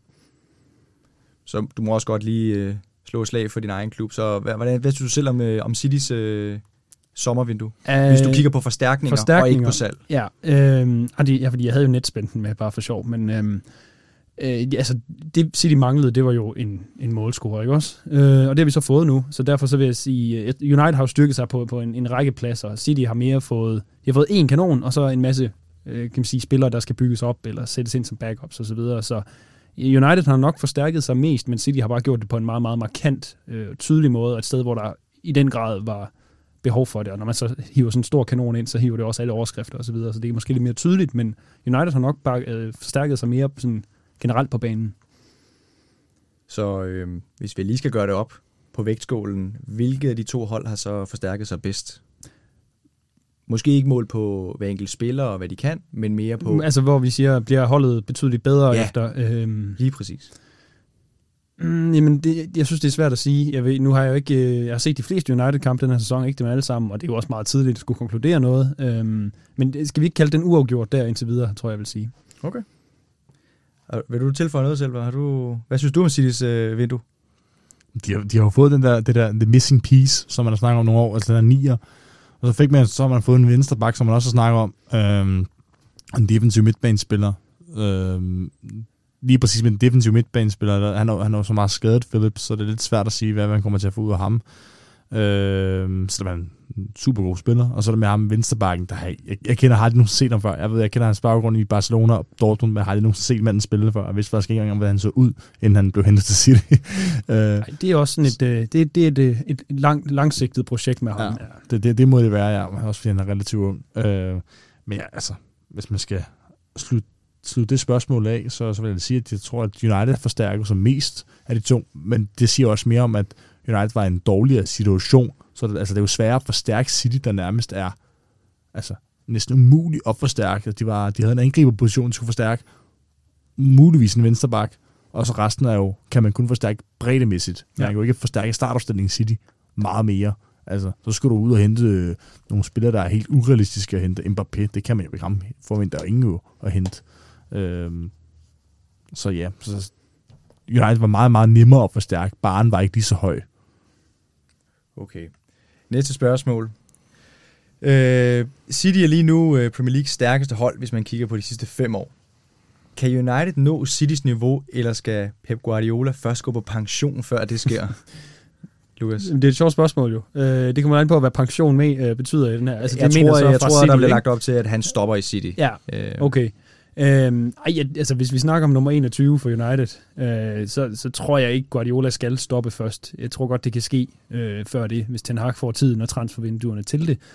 Så du må også godt lige slå et slag for din egen klub. Så hvad synes du selv om Citys sommervindue? Hvis du kigger på forstærkninger og ikke på salg. Ja, fordi jeg havde jo netspænden med, bare for sjov, men altså, det City manglede, det var jo en målscorer, ikke også? Og det har vi så fået nu, så derfor så vil jeg sige, United har jo styrket sig på en række pladser. City har mere fået, de har fået en kanon, og så en masse kan man sige, spillere, der skal bygges op, eller sættes ind som backups osv., så United har nok forstærket sig mest, men City har bare gjort det på en meget, meget markant, tydelig måde, et sted, hvor der i den grad var behov for det, og når man så hiver sådan en stor kanon ind, så hiver det også alle overskrifter osv., så det er måske lidt mere tydeligt, men United har nok bare forstærket sig mere sådan generelt på banen. Så hvis vi lige skal gøre det op på vægtskålen, hvilke af de 2 hold har så forstærket sig bedst? Måske ikke mål på hver enkelt spiller og hvad de kan, men mere på... Altså hvor vi siger, bliver holdet betydeligt bedre efter... lige præcis. Jamen, jeg synes, det er svært at sige. Nu har jeg jo ikke... Jeg har set de fleste United-kampe den her sæson, ikke dem alle sammen, og det er jo også meget tidligt at skulle konkludere noget. Men skal vi ikke kalde den uafgjort der indtil videre, tror jeg vil sige. Okay. Vil du tilføje noget selv? Hvad synes du om Citys vindue? De har jo fået det der the missing piece, som man har snakket om nogle år, altså den der 9'er. Og så har man fået en venstreback, som man også har snakket om. En defensiv midtbanespiller. Lige præcis med en defensiv midtbanespiller. Han er jo så meget skadet, Phillips, så det er lidt svært at sige, hvad man kommer til at få ud af ham. Så det var en super god spiller. Og så er der med ham venstrebacken, jeg kender aldrig nogen set ham før. Jeg kender hans baggrund i Barcelona og Dortmund, men jeg har aldrig nogen set manden spille før. Jeg vidste faktisk ikke engang, hvordan han så ud, inden han blev hentet til City. Det er også sådan et langsigtet projekt med ham. Ja. Det må det være, ja. Også fordi han er relativt ung. Men ja, altså, hvis man skal slutte det spørgsmål af, så vil jeg sige, at jeg tror, at United forstærker som mest af de to, men det siger også mere om, at United var i en dårligere situation, så det er jo sværere at forstærke City, der nærmest er næsten umuligt at forstærke. De havde en angriberposition, de skulle forstærke, muligvis en venstreback, og så resten er jo, kan man kun forstærke breddemæssigt. Man kan jo ikke forstærke startopstillingen City meget mere. Altså, så skal du ud og hente nogle spillere, der er helt urealistiske at hente. Mbappé, det kan man jo ikke ham forvente, der er ingen at hente. Så ja, så United var meget, meget nemmere at forstærke. Barren var ikke lige så høj. Okay. Næste spørgsmål. City er lige nu Premier Leagues stærkeste hold, hvis man kigger på de sidste 5 år. Kan United nå Citys niveau, eller skal Pep Guardiola først gå på pension, før det sker? Lukas? Det er et sjovt spørgsmål jo. Det kommer an på, hvad pension betyder i den her. Altså, jeg tror, der bliver lagt op til, at han stopper i City. Ja, okay. Altså, hvis vi snakker om nummer 21 for United, så tror jeg ikke, Guardiola skal stoppe først. Jeg tror godt, det kan ske før det, hvis Ten Hag får tiden og transfervinduerne til det.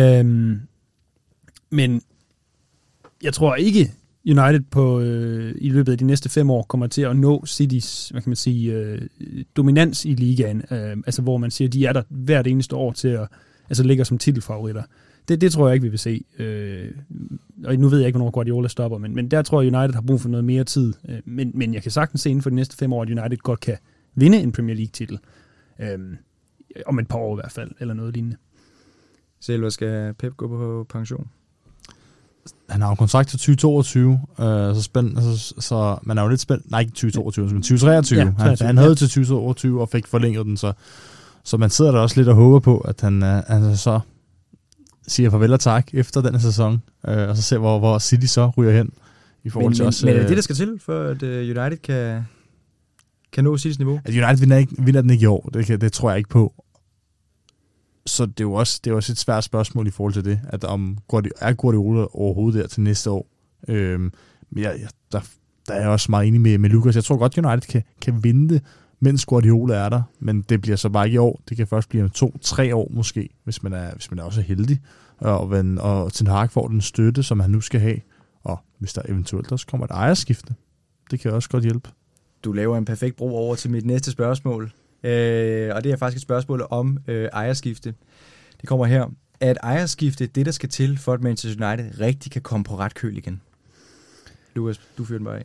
Men jeg tror ikke, United i løbet af de næste 5 år kommer til at nå Citys, hvad kan man sige, dominans i ligaen. Altså, hvor man siger, de er der hvert eneste år til at ligge som titelfavoritter. Det tror jeg ikke, vi vil se. Og nu ved jeg ikke, hvornår Guardiola stopper, men der tror jeg, United har brug for noget mere tid. Men jeg kan sagtens se inden for de næste 5 år, at United godt kan vinde en Premier League-titel. Om et par år i hvert fald, eller noget lignende. Selv, skal Pep gå på pension? Han har jo kontrakt til 2022, så man er jo lidt spændt. Nej, ikke 2022, men 2023. Ja, han havde til 2022 og fik forlænget den, så man sidder der også lidt og håber på, at han så siger farvel og tak efter den sæson, og så ser, hvor City så ryger hen. I forhold til også, men er det der skal til, for at United kan nå Citys niveau? At United vinder den ikke i år, det tror jeg ikke på. Så det er jo også et svært spørgsmål i forhold til det, at om Guardiola overhovedet der til næste år. Men der er jeg også meget enig med Lukas. Jeg tror godt, United kan vinde det, mens Guardiola er der, men det bliver så bare ikke i år. Det kan først blive 2-3 år måske, hvis man er også heldig, og Ten Hag får den støtte, som han nu skal have, og hvis der eventuelt også kommer et ejerskifte, det kan også godt hjælpe. Du laver en perfekt bro over til mit næste spørgsmål, og det er faktisk et spørgsmål om ejerskifte. Det kommer her. Er et ejerskifte det, der skal til, for at Manchester United rigtig kan komme på ret køl igen? Lukas, du fyrer den bare af.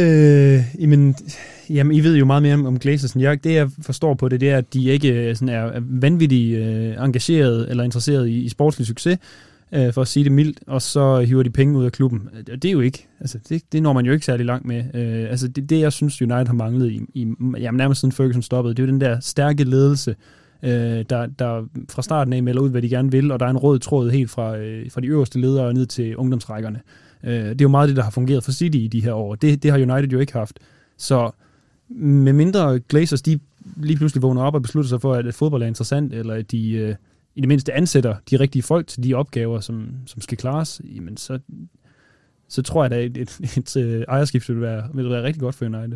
Jamen, I ved jo meget mere om Glazers. Det jeg forstår på det, er, at de ikke sådan er vanvittigt engageret eller interesseret i sportslig succes, for at sige det mildt, og så hiver de penge ud af klubben. Det er jo ikke, altså det når man jo ikke særlig langt med. Altså det jeg synes United har manglet nærmest siden Ferguson stoppede, det er jo den der stærke ledelse, der fra starten af melder ud, hvad de gerne vil, og der er en rød tråd helt fra de øverste ledere ned til ungdomsrækkerne. Det er jo meget det, der har fungeret for City i de her år. Det har United jo ikke haft. Så med mindre Glazers, de lige pludselig vågner op og beslutter sig for, at fodbold er interessant, eller at de i det mindste ansætter de rigtige folk til de opgaver, som skal klares, jamen så tror jeg, at et ejerskifte vil være rigtig godt for United.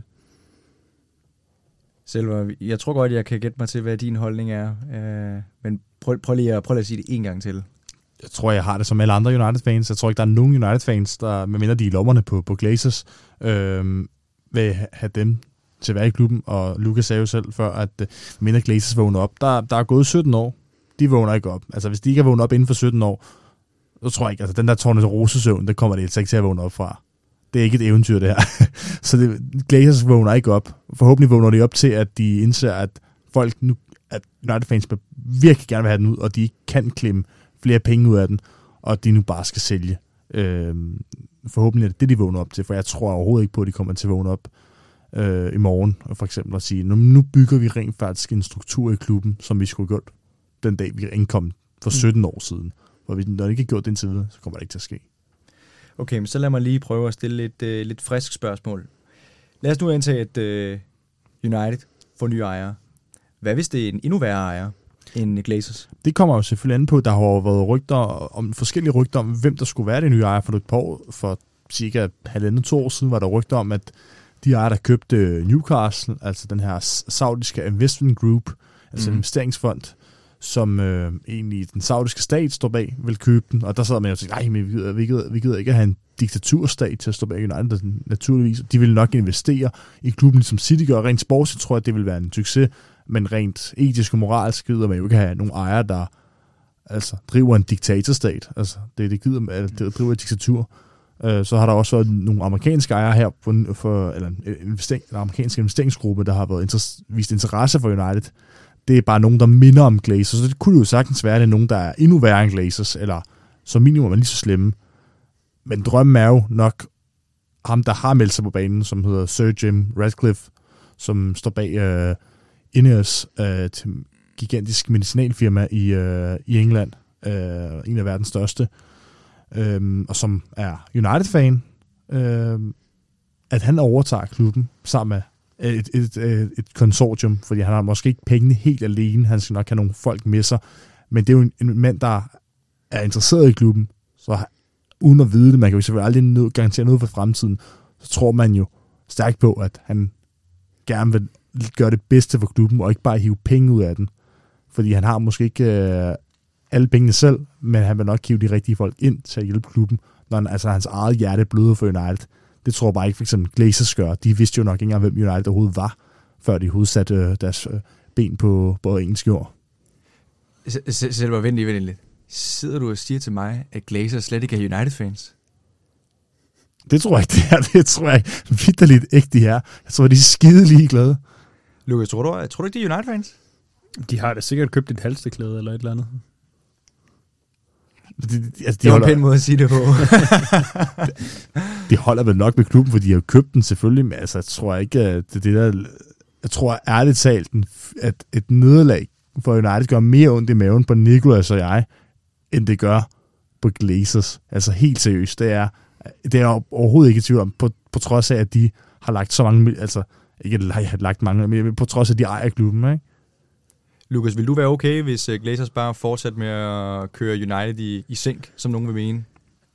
Selva, jeg tror godt, jeg kan gætte mig til, hvad din holdning er. Men prøv lige at sige det en gang til. Jeg tror, jeg har det som alle andre United-fans. Jeg tror ikke, der er nogen United-fans, der, medmindre de er i lommerne på Glazers, vil have dem til at være i klubben. Og Lucas sagde jo selv før, at mindre Glazers vågner op. Der er gået 17 år. De vågner ikke op. Altså, hvis de ikke har vågnet op inden for 17 år, så tror jeg ikke, altså den der tårnet rosesøvn, det kommer det altså ikke til at vågne op fra. Det er ikke et eventyr, det her. Så Glazers vågner ikke op. Forhåbentlig vågner de op til, at de indser, at folk nu, at United-fans virkelig gerne vil have den ud, og de ikke kan klemme flere penge ud af den, og de nu bare skal sælge. forhåbentlig er det, de vågner op til, for jeg tror overhovedet ikke på, at de kommer til at vågne op i morgen, for eksempel at sige, nu bygger vi rent faktisk en struktur i klubben, som vi skulle have gjort den dag, vi indkom for 17 år siden. Hvor vi, når det ikke har gjort det indtil videre, så kommer det ikke til at ske. Okay, men så lad mig lige prøve at stille et lidt frisk spørgsmål. Lad os nu antage, at United får nye ejere. Hvad hvis det er en endnu værre ejer end Glazers? Det kommer jo selvfølgelig an på. Der har jo været forskellige rygter om, hvem der skulle være det nye ejer for et par år. For cirka 1,5-2 år siden var der rygter om, at de ejere, der købte Newcastle, altså den her saudiske investment group, altså en investeringsfond, som egentlig den saudiske stat står bag, vil købe den. Og der sad man jo og tænkte, nej, men vi gider ikke at have en diktaturstat til at stå bag United, naturligvis. De vil nok investere i klubben, ligesom City gør. Rent sportsligt tror jeg, det vil være en succes, men rent etisk og moralsk gider man jo ikke have nogle ejere, der altså driver en diktatorstat. Altså, det driver et diktatur. Så har der også været nogle amerikanske ejere her, eller en amerikansk investeringsgruppe, der har været vist interesse for United. Det er bare nogen, der minder om Glazers, så det kunne jo sagtens være, at det er nogen, der er endnu værre end Glazers, eller som minimum er lige så slemme. Men drømmen er jo nok ham, der har meldt sig på banen, som hedder Sir Jim Ratcliffe, som står bag Ineos, et gigantisk medicinalfirma i England, en af verdens største, og som er United-fan, at han overtager klubben sammen med et konsortium, fordi han har måske ikke pengene helt alene, han skal nok have nogle folk med sig, men det er jo en mand, der er interesseret i klubben, så uden at vide det, man kan jo selvfølgelig aldrig garantere noget for fremtiden, så tror man jo stærkt på, at han gerne vil gøre det bedste for klubben, og ikke bare hive penge ud af den, fordi han har måske ikke alle pengene selv, men han vil nok hive de rigtige folk ind til at hjælpe klubben, når hans eget hjerte bløder for United. Det tror jeg bare ikke, for eksempel Glazers gør. De vidste jo nok ikke engang, hvem United overhovedet var, før de hovedsatte deres ben på engelsk jord. Selv vent lidt. Sidder du og siger til mig, at Glazers slet ikke er United-fans? Det tror jeg ikke, det er. Det tror jeg vitterligt ikke, de er. Jeg tror, de er skide ligeglade. Lukas, tror du ikke, de er United-fans? De har da sikkert købt et halsteklæde eller et eller andet. Det var en pæn måde at sige det på. De holder vel nok med klubben, for de har købt den selvfølgelig, men altså, jeg tror ikke, at det der... Jeg tror ærligt talt, at et nederlag for United gør mere ondt i maven på Nicolas og jeg, end det gør på Glazers. Altså helt seriøst, det er overhovedet ikke i tvivl om, på trods af, at de har lagt så mange... Altså, ikke har lagt mange, men på trods af, at de ejer klubben, ikke? Lukas, vil du være okay, hvis Glazers bare fortsætter med at køre United i sænk, som nogen vil mene?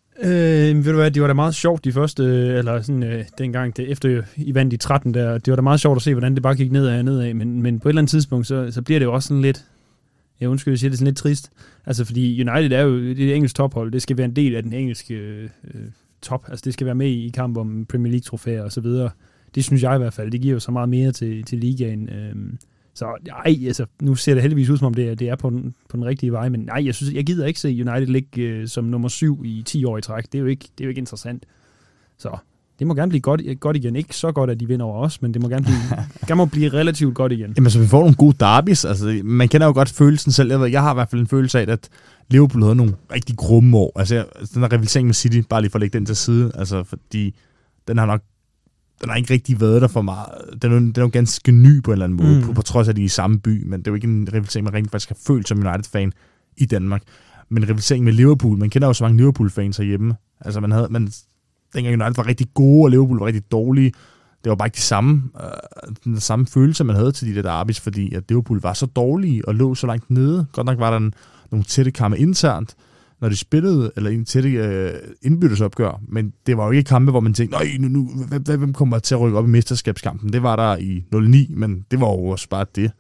Ved du hvad, det var da meget sjovt de første, eller sådan dengang, efter I vandt i 13 der, det var da meget sjovt at se, hvordan det bare gik nedad, men på et eller andet tidspunkt, så bliver det jo også sådan lidt, jeg siger det sådan lidt trist, altså fordi United er jo det engelske tophold, det skal være en del af den engelske top, altså det skal være med i kamp om Premier League-trofæer og så videre, det synes jeg i hvert fald, det giver jo så meget mere til ligaen, så altså, nu ser det heldigvis ud, som om det er på den rigtige vej, men nej, jeg gider ikke se United ligge som nummer 7 i 10 år i træk. Det er jo ikke interessant. Så det må gerne blive godt igen. Ikke så godt, at de vinder over os, men det må gerne blive relativt godt igen. Jamen, så vi får nogle gode derbys. Altså, man kender jo godt følelsen selv. Jeg har i hvert fald en følelse af, at Liverpool havde nogle rigtig grumme år. Altså, den her rivalisering med City, bare lige for at lægge den til side, altså, fordi den har ikke rigtig været der for meget. Den er jo ganske ny på en eller anden måde, på trods af, at de er i samme by, men det er jo ikke en rivalisering, man rent faktisk har følt som United-fan i Danmark. Men en rivalisering med Liverpool, man kender jo så mange Liverpool-fans herhjemme. Altså, dengang United var rigtig gode, og Liverpool var rigtig dårlige, det var bare ikke den samme følelse, man havde til de der derbys, fordi at Liverpool var så dårlige og lå så langt nede. Godt nok var der nogle tætte kampe internt, når de spillede, eller en tætte indbyttesopgør, men det var jo ikke kampe, hvor man tænkte, hvem kommer til at rykke op i mesterskabskampen? Det var der i 09, men det var jo også bare det.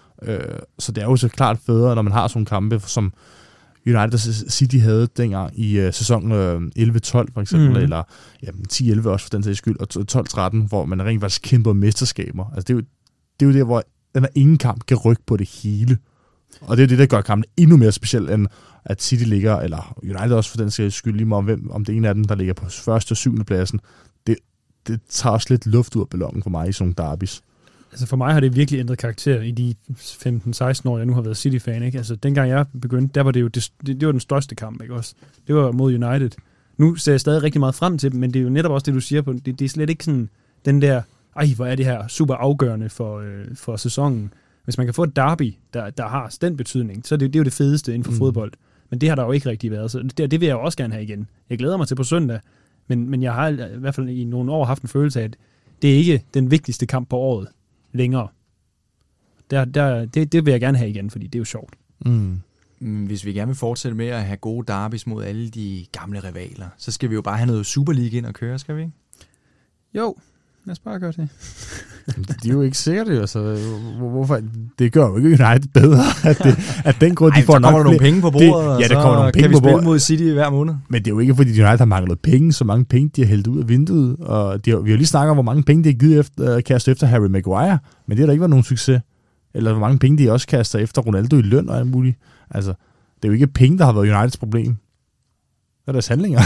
Så det er jo så klart federe, når man har sådan nogle kampe, som United City havde dengang i sæsonen 11-12 for eksempel, eller 10-11 også for den sags skyld, og 12-13, hvor man rent faktisk kæmper mesterskaber. Altså det er jo der, hvor den her ingen kamp kan rykke på det hele. Og det er det, der gør kampen endnu mere speciel, end at City ligger, eller United også for den sags skyld, lige meget om det ene af dem, der ligger på første og 7. pladsen. Det tager også lidt luft ud af ballonen for mig i sådan nogle derbys. Altså for mig har det virkelig ændret karakter i de 15-16 år, jeg nu har været City-fan, ikke? Altså dengang jeg begyndte, der var det jo det var den største kamp, ikke også? Det var mod United. Nu ser jeg stadig rigtig meget frem til dem, men det er jo netop også det, du siger på. Det er slet ikke sådan den der, hvor er det her super afgørende for sæsonen. Hvis man kan få et derby, der har den betydning, så det er jo det fedeste inden for fodbold. Men det har der jo ikke rigtig været, så det vil jeg jo også gerne have igen. Jeg glæder mig til på søndag, men jeg har i hvert fald i nogle år haft en følelse af, at det er ikke den vigtigste kamp på året længere. Det vil jeg gerne have igen, fordi det er jo sjovt. Hvis vi gerne vil fortsætte med at have gode derbys mod alle de gamle rivaler, så skal vi jo bare have noget Super League ind og køre, skal vi ikke? Jo, lad os bare gøre det. Det er jo ikke sikkert, altså, hvorfor? Det gør jo ikke United bedre, at den grund, de får nok kommer der nogle penge på bordet, der kommer nogle penge kan vi på spille bordet mod City hver måned. Men det er jo ikke, fordi United har manglet penge, så mange penge, de har hældt ud af vinduet, og vi har jo lige snakket om, hvor mange penge de har givet kastet efter Harry Maguire, men det har da ikke været nogen succes. Eller hvor mange penge de også kaster efter Ronaldo i løn og alt muligt. Altså, det er jo ikke penge, der har været Uniteds problem. Det er deres handlinger.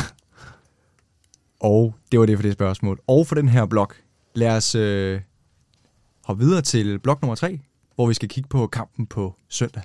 Og det var det for det spørgsmål. Og for den her blok, lad os hoppe videre til blok nummer 3, hvor vi skal kigge på kampen på søndag.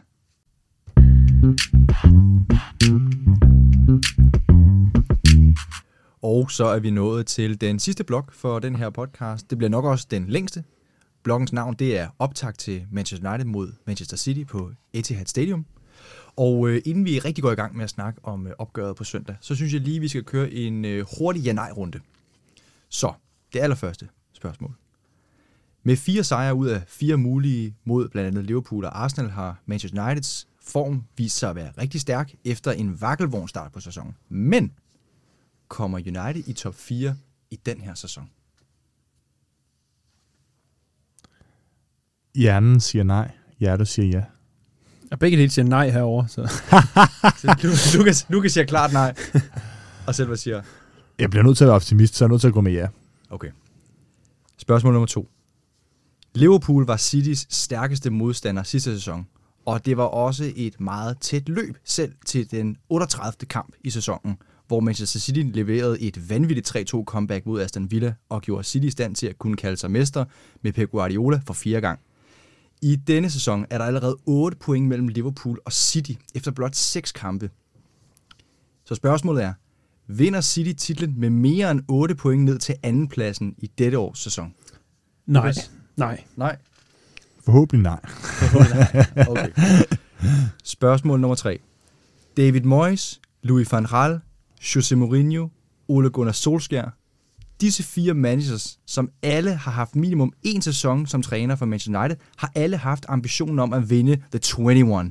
Og så er vi nået til den sidste blok for den her podcast. Det bliver nok også den længste. Blokkens navn, det er optakt til Manchester United mod Manchester City på Etihad Stadium. Og inden vi rigtig går i gang med at snakke om opgøret på søndag, så synes jeg lige, vi skal køre en hurtig ja-nej-runde. Så, det allerførste spørgsmål. Med 4 sejre ud af 4 mulige mod blandt andet Liverpool og Arsenal, har Manchester Uniteds form vist sig at være rigtig stærk efter en vakkelvogn start på sæsonen. Men kommer United i top 4 i den her sæson? Hjernen siger nej, hjertet siger ja. Og begge dele siger nej herovre, så. Lukas siger klart nej. Og selv hvad siger? Jeg bliver nødt til at være optimist, så jeg er nødt til at gå med ja. Okay. Spørgsmål nummer 2. Liverpool var Citys stærkeste modstander sidste sæson, og det var også et meget tæt løb selv til den 38. kamp i sæsonen, hvor Manchester City leverede et vanvittigt 3-2 comeback mod Aston Villa og gjorde City i stand til at kunne kalde sig mester med Pep Guardiola for 4. gang. I denne sæson er der allerede 8 point mellem Liverpool og City efter blot 6 kampe. Så spørgsmålet er, vinder City titlen med mere end 8 point ned til andenpladsen i dette års sæson? Nej. Forhåbentlig nej. Okay. Spørgsmål nummer 3. David Moyes, Louis van Gaal, Jose Mourinho, Ole Gunnar Solskjaer. Disse 4 managers, som alle har haft minimum 1 sæson som træner for Manchester United, har alle haft ambitionen om at vinde The 21.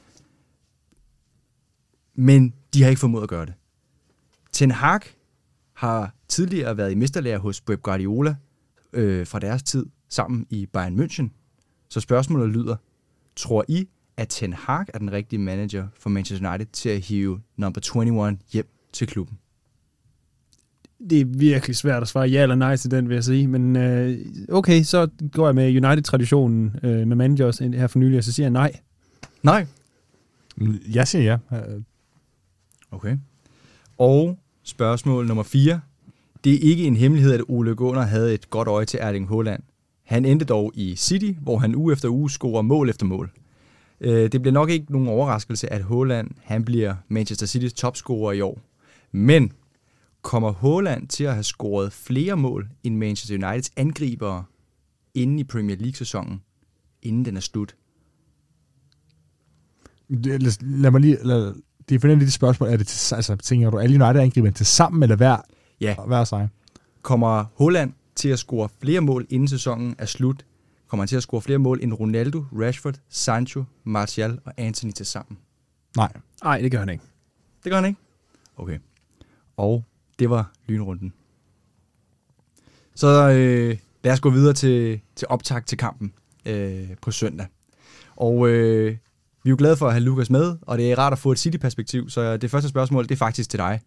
Men de har ikke formået at gøre det. Ten Hag har tidligere været i mesterlærer hos Pep Guardiola fra deres tid sammen i Bayern München. Så spørgsmålet lyder, tror I, at Ten Hag er den rigtige manager for Manchester United til at hive number 21 hjem til klubben? Det er virkelig svært at svare ja eller nej til den, vil jeg sige. Men okay, så går jeg med United-traditionen med managers her for nylig, og så siger jeg nej. Nej. Jeg siger ja. Okay. Og spørgsmål nummer 4. Det er ikke en hemmelighed, at Ole Gunnar havde et godt øje til Erling Haaland. Han endte dog i City, hvor han uge efter uge scorer mål efter mål. Det bliver nok ikke nogen overraskelse, at Haaland han bliver Manchester Citys topscorer i år. Men kommer Haaland til at have scoret flere mål end Manchester Uniteds angribere inden i Premier League-sæsonen, inden den er slut? Lad mig lige definere lidt spørgsmål. Er det tænker du alle United-angriberne til sammen, eller hver sig? Kommer Haaland til at score flere mål inden sæsonen er slut? Kommer han til at score flere mål end Ronaldo, Rashford, Sancho, Martial og Anthony til sammen? Nej. Nej, det gør han ikke. Det gør han ikke? Okay. Og det var lynrunden. Så lad os gå videre til optakt til kampen på søndag. Og vi er jo glade for at have Lukas med, og det er rart at få et City-perspektiv, så det første spørgsmål, det er faktisk til dig.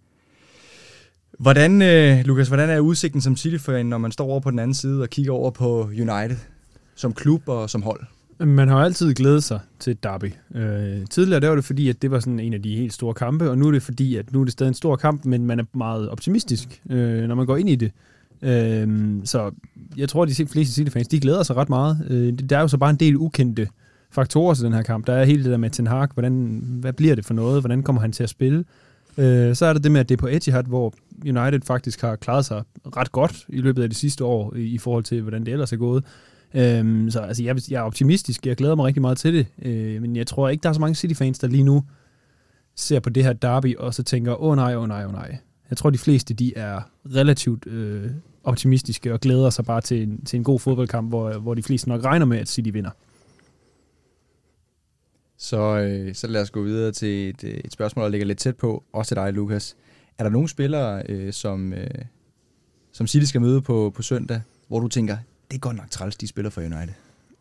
Lukas, hvordan er udsigten som City-fan, når man står over på den anden side og kigger over på United som klub og som hold? Man har jo altid glædet sig til et derby. Tidligere der var det fordi, at det var sådan en af de helt store kampe, og nu er det fordi, at nu er det stadig en stor kamp, men man er meget optimistisk, når man går ind i det. Så jeg tror, at de fleste City-fans, de glæder sig ret meget. Der er jo så bare en del ukendte faktorer til den her kamp. Der er hele det der med Ten Hag, hvad bliver det for noget, hvordan kommer han til at spille? Så er der det med, at det er på Etihad, hvor United faktisk har klaret sig ret godt i løbet af de sidste år, i forhold til, hvordan det ellers er gået. Så altså, jeg er optimistisk. Jeg glæder mig rigtig meget til det. Men jeg tror ikke, der er så mange City-fans, der lige nu ser på det her derby, og så tænker, åh nej. Jeg tror, de fleste, de er relativt optimistiske og glæder sig bare til en god fodboldkamp, hvor de fleste nok regner med, at City vinder. Så lad os gå videre til et spørgsmål, der ligger lidt tæt på, også til dig, Lukas. Er der nogle spillere, som City skal møde på søndag, hvor du tænker, det er godt nok træls, de spiller for United?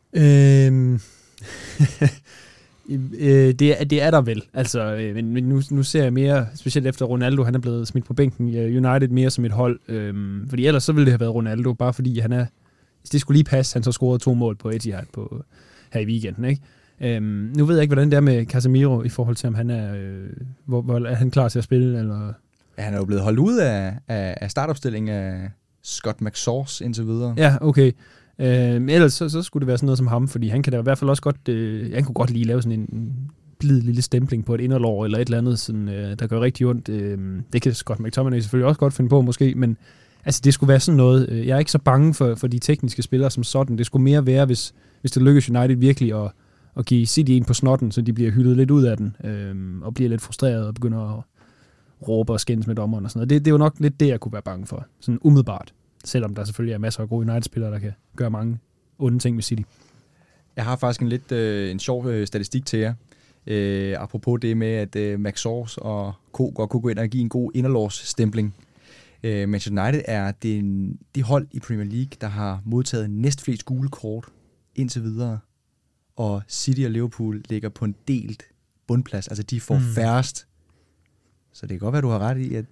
Det er der vel. Altså, men nu ser jeg mere, specielt efter Ronaldo, han er blevet smidt på bænken i United mere som et hold. Fordi ellers så ville det have været Ronaldo, bare fordi det skulle lige passe, han så scorede 2 mål på Etihad her i weekenden, ikke? Nu ved jeg ikke, hvordan det er med Casemiro i forhold til, om han hvor er han klar til at spille, eller... Ja, han er jo blevet holdt ud af startopstillingen af Scott McSauce indtil videre. Ja, okay. Ellers så skulle det være sådan noget som ham, fordi han kan da i hvert fald også godt, han kunne godt lige lave sådan en blid lille stempling på et inderlår eller et eller andet, sådan, der gør rigtig ondt. Det kan Scott McTominay selvfølgelig også godt finde på måske, men altså det skulle være sådan noget. Jeg er ikke så bange for de tekniske spillere som sådan. Det skulle mere være, hvis det lykkes United virkelig at give City en på snotten, så de bliver hyldet lidt ud af den, og bliver lidt frustreret og begynder at råbe og skændes med dommeren og sådan noget. Det er jo nok lidt det, jeg kunne være bange for, sådan umiddelbart. Selvom der selvfølgelig er masser af gode United-spillere, der kan gøre mange onde ting med City. Jeg har faktisk en sjov statistik til jer. Apropos det med, at McSauce og Co. godt kunne gå ind og give en god inderlårsstempling. Manchester United er det hold i Premier League, der har modtaget næstflest gule kort indtil videre. Og City og Liverpool ligger på en delt bundplads. Altså de får færrest. Så det kan godt være, du har ret i,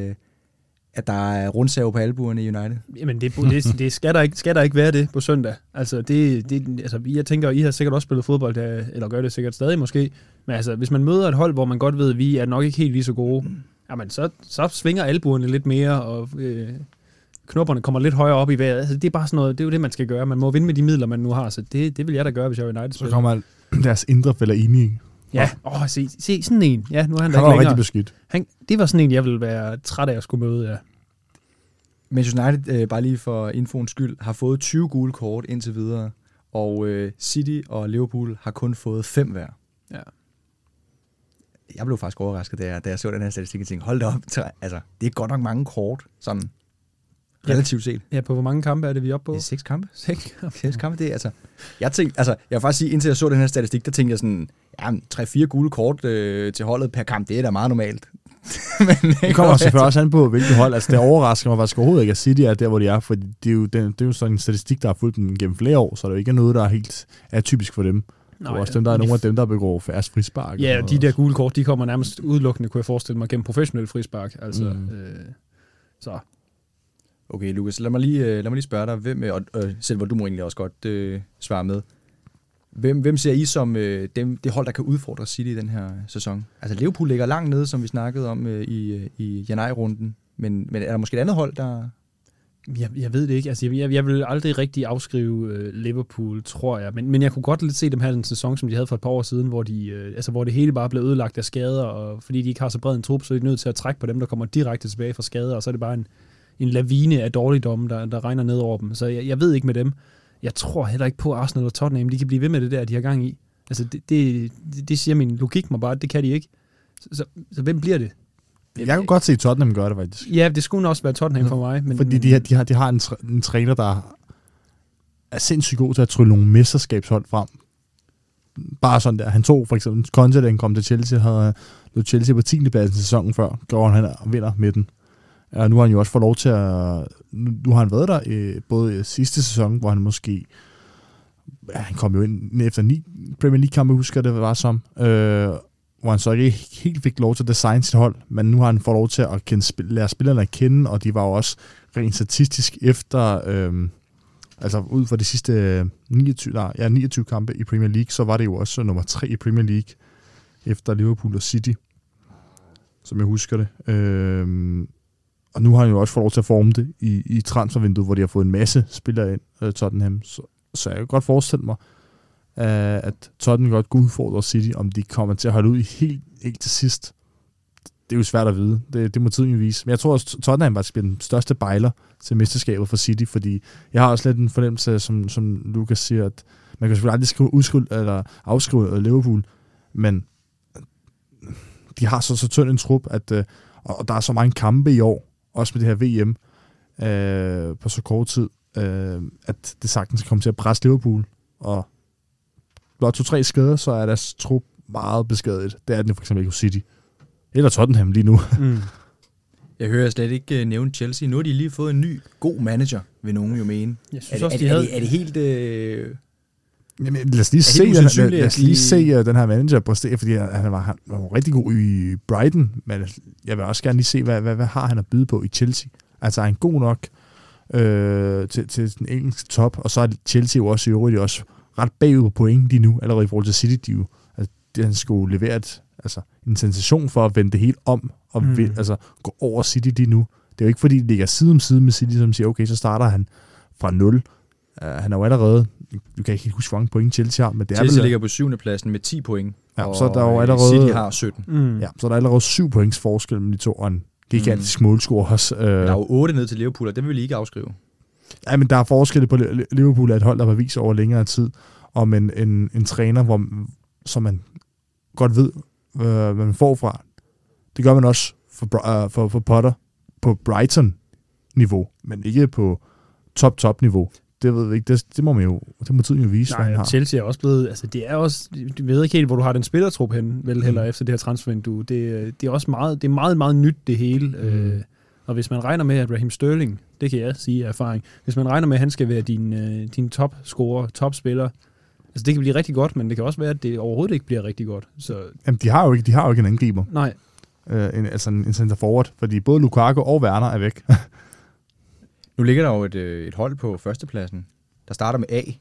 at der er rundsav på albuerne i United. Jamen, det skal der ikke være det på søndag. Altså, altså, jeg tænker, I har sikkert også spillet fodbold, eller gør det sikkert stadig måske. Men altså, hvis man møder et hold, hvor man godt ved, at vi er nok ikke helt lige så gode, jamen, så svinger albuerne lidt mere, og knopperne kommer lidt højere op i vejret. Altså, det er bare sådan noget, det er jo det, man skal gøre. Man må vinde med de midler, man nu har, så det vil jeg da gøre, hvis jeg er United-spiller. Så kommer deres indre Fellaini. Ja, se sådan en. Ja, nu er han der ikke længere. Rigtig beskidt. Det var sådan en, jeg ville være træt af at skulle møde, ja. Manchester United, bare lige for infoens skyld, har fået 20 gule kort indtil videre, og City og Liverpool har kun fået 5 hver. Ja. Jeg blev faktisk overrasket, da jeg så den her statistik, og tænkte, hold da op, altså, det er godt nok mange kort, sådan relativt set. Ja, på hvor mange kampe er det, vi er oppe på? Det er 6 kampe. 6 kampe, det er altså... Jeg vil faktisk sige, indtil jeg så den her statistik, der tænkte jeg sådan, ja, 3-4 gule kort til holdet per kamp, det er da meget normalt. Men det kommer selvfølgelig også an på, hvilket hold. Altså, det overrasker mig faktisk overhovedet ikke, at City er der, hvor de er, for det er jo sådan en statistik, der har fulgt dem gennem flere år, så det er jo ikke noget, der er helt atypisk for dem. Det er også dem, der er nogle af dem, der begår færre frispark. Ja, og de der gule kort, de kommer nærmest udelukkende, kunne jeg forestille mig, gennem professionelle frispark. Altså, så... Okay, Lukas, lad mig lige spørge dig, selv hvor du må egentlig også godt svare med. Hvem ser I som det hold, der kan udfordre City i den her sæson? Altså Liverpool ligger langt nede, som vi snakkede om i januar-runden, men er der måske et andet hold, der... Jeg ved det ikke. Altså, jeg vil aldrig rigtig afskrive Liverpool, tror jeg. Men jeg kunne godt lidt se dem have en sæson, som de havde for et par år siden, hvor det hele bare blev ødelagt af skader, og fordi de ikke har så bred en trup, så er de nødt til at trække på dem, der kommer direkte tilbage fra skader, og så er det bare en lavine af dårligdomme, der regner ned over dem. Så jeg ved ikke med dem. Jeg tror heller ikke på Arsenal og Tottenham. De kan blive ved med det der, de har gang i. Altså, det siger min logik mig bare, det kan de ikke. Så hvem bliver det? Jeg kunne godt se, at Tottenham gør det faktisk. Ja, det skulle også være Tottenham for mig. Fordi de har en træner, der er sindssygt god til at trylle nogle mesterskabshold frem. Bare sådan der. Han tog for eksempel Conte, da han kom til Chelsea, havde Chelsea på 10. pladsen sæsonen før, gjorde han vinder med den. Og nu har han jo også fået lov til at... Nu har han været der både i sidste sæson, hvor han måske... Ja, han kom jo ind efter 9 Premier League-kampe, husker det var som. Hvor han så ikke helt fik lov til at designe sit hold, men nu har han fået lov til at lære spillerne at kende, og de var jo også rent statistisk efter... altså ud fra de sidste 29 kampe i Premier League, så var det jo også nummer 3 i Premier League efter Liverpool og City, som jeg husker det. Og nu har han jo også fået lov til at forme det i transfervinduet, hvor de har fået en masse spillere ind, Tottenham. Så jeg kan godt forestille mig, at Tottenham godt kunne udfordre City, om de kommer til at holde ud helt til sidst. det er jo svært at vide. Det må tiden jo vise. Men jeg tror også, Tottenham var den største bejler til mesterskabet for City, fordi jeg har også lidt en fornemmelse, som Lukas siger, at man kan selvfølgelig aldrig afskrive Liverpool, men de har så tynd en trup, at, og der er så mange kampe i år, også med det her VM, på så kort tid, at det sagtens kommer til at presse Liverpool, og blot 2-3 skader, så er deres trup meget beskadiget. Det er den for eksempel ikke hos City. Eller Tottenham lige nu. Jeg hører slet ikke nævne Chelsea. Nu har de lige fået en ny, god manager, vil nogen jo mene. Jeg synes også, er det helt... Jamen, lad os lige se den her manager præstere, fordi han var rigtig god i Brighton, men jeg vil også gerne lige se, hvad har han at byde på i Chelsea. Altså er han god nok til den engelske top, og så er Chelsea jo også i øvrigt også ret bagud på point lige nu, allerede i forhold til City. Han skulle levere en sensation for at vende det helt om, og gå over City lige nu. Det er jo ikke fordi, de ligger side om side med City, som siger, okay, så starter han fra 0. Han er jo allerede, du kan ikke helt huske, hvor mange point Chelsea har, men det Chelsea ligger på 7. pladsen med 10 point, ja, så der er jo allerede, City har 17. Ja, så der er allerede 7 points forskel mellem de to, og en gigantisk målscore også. Der er jo 8 ned til Liverpool, og det vil I ikke afskrive. Ja, men der er forskel på Liverpool er et hold, der har vist over længere tid, om en træner, som man godt ved, hvad man får fra. Det gør man også for Potter på Brighton-niveau, men ikke på top-niveau. Det ved vi ikke. Det må man jo, det må tiden jo vise, hvad han har. Chelsea er også blevet, altså det er også, du ved ikke helt, hvor du har den spillertrup hen, vel heller efter det her transfervindue. Det er også meget, det er meget, meget nyt det hele. Og hvis man regner med, at Raheem Sterling, det kan jeg sige af erfaring, hvis man regner med, at han skal være din top-scorer, top-spiller, altså det kan blive rigtig godt, men det kan også være, at det overhovedet ikke bliver rigtig godt. Så jamen, de har jo ikke en angriber. Nej. En center forward, fordi både Lukaku og Werner er væk. Nu ligger der jo et hold på førstepladsen, der starter med A.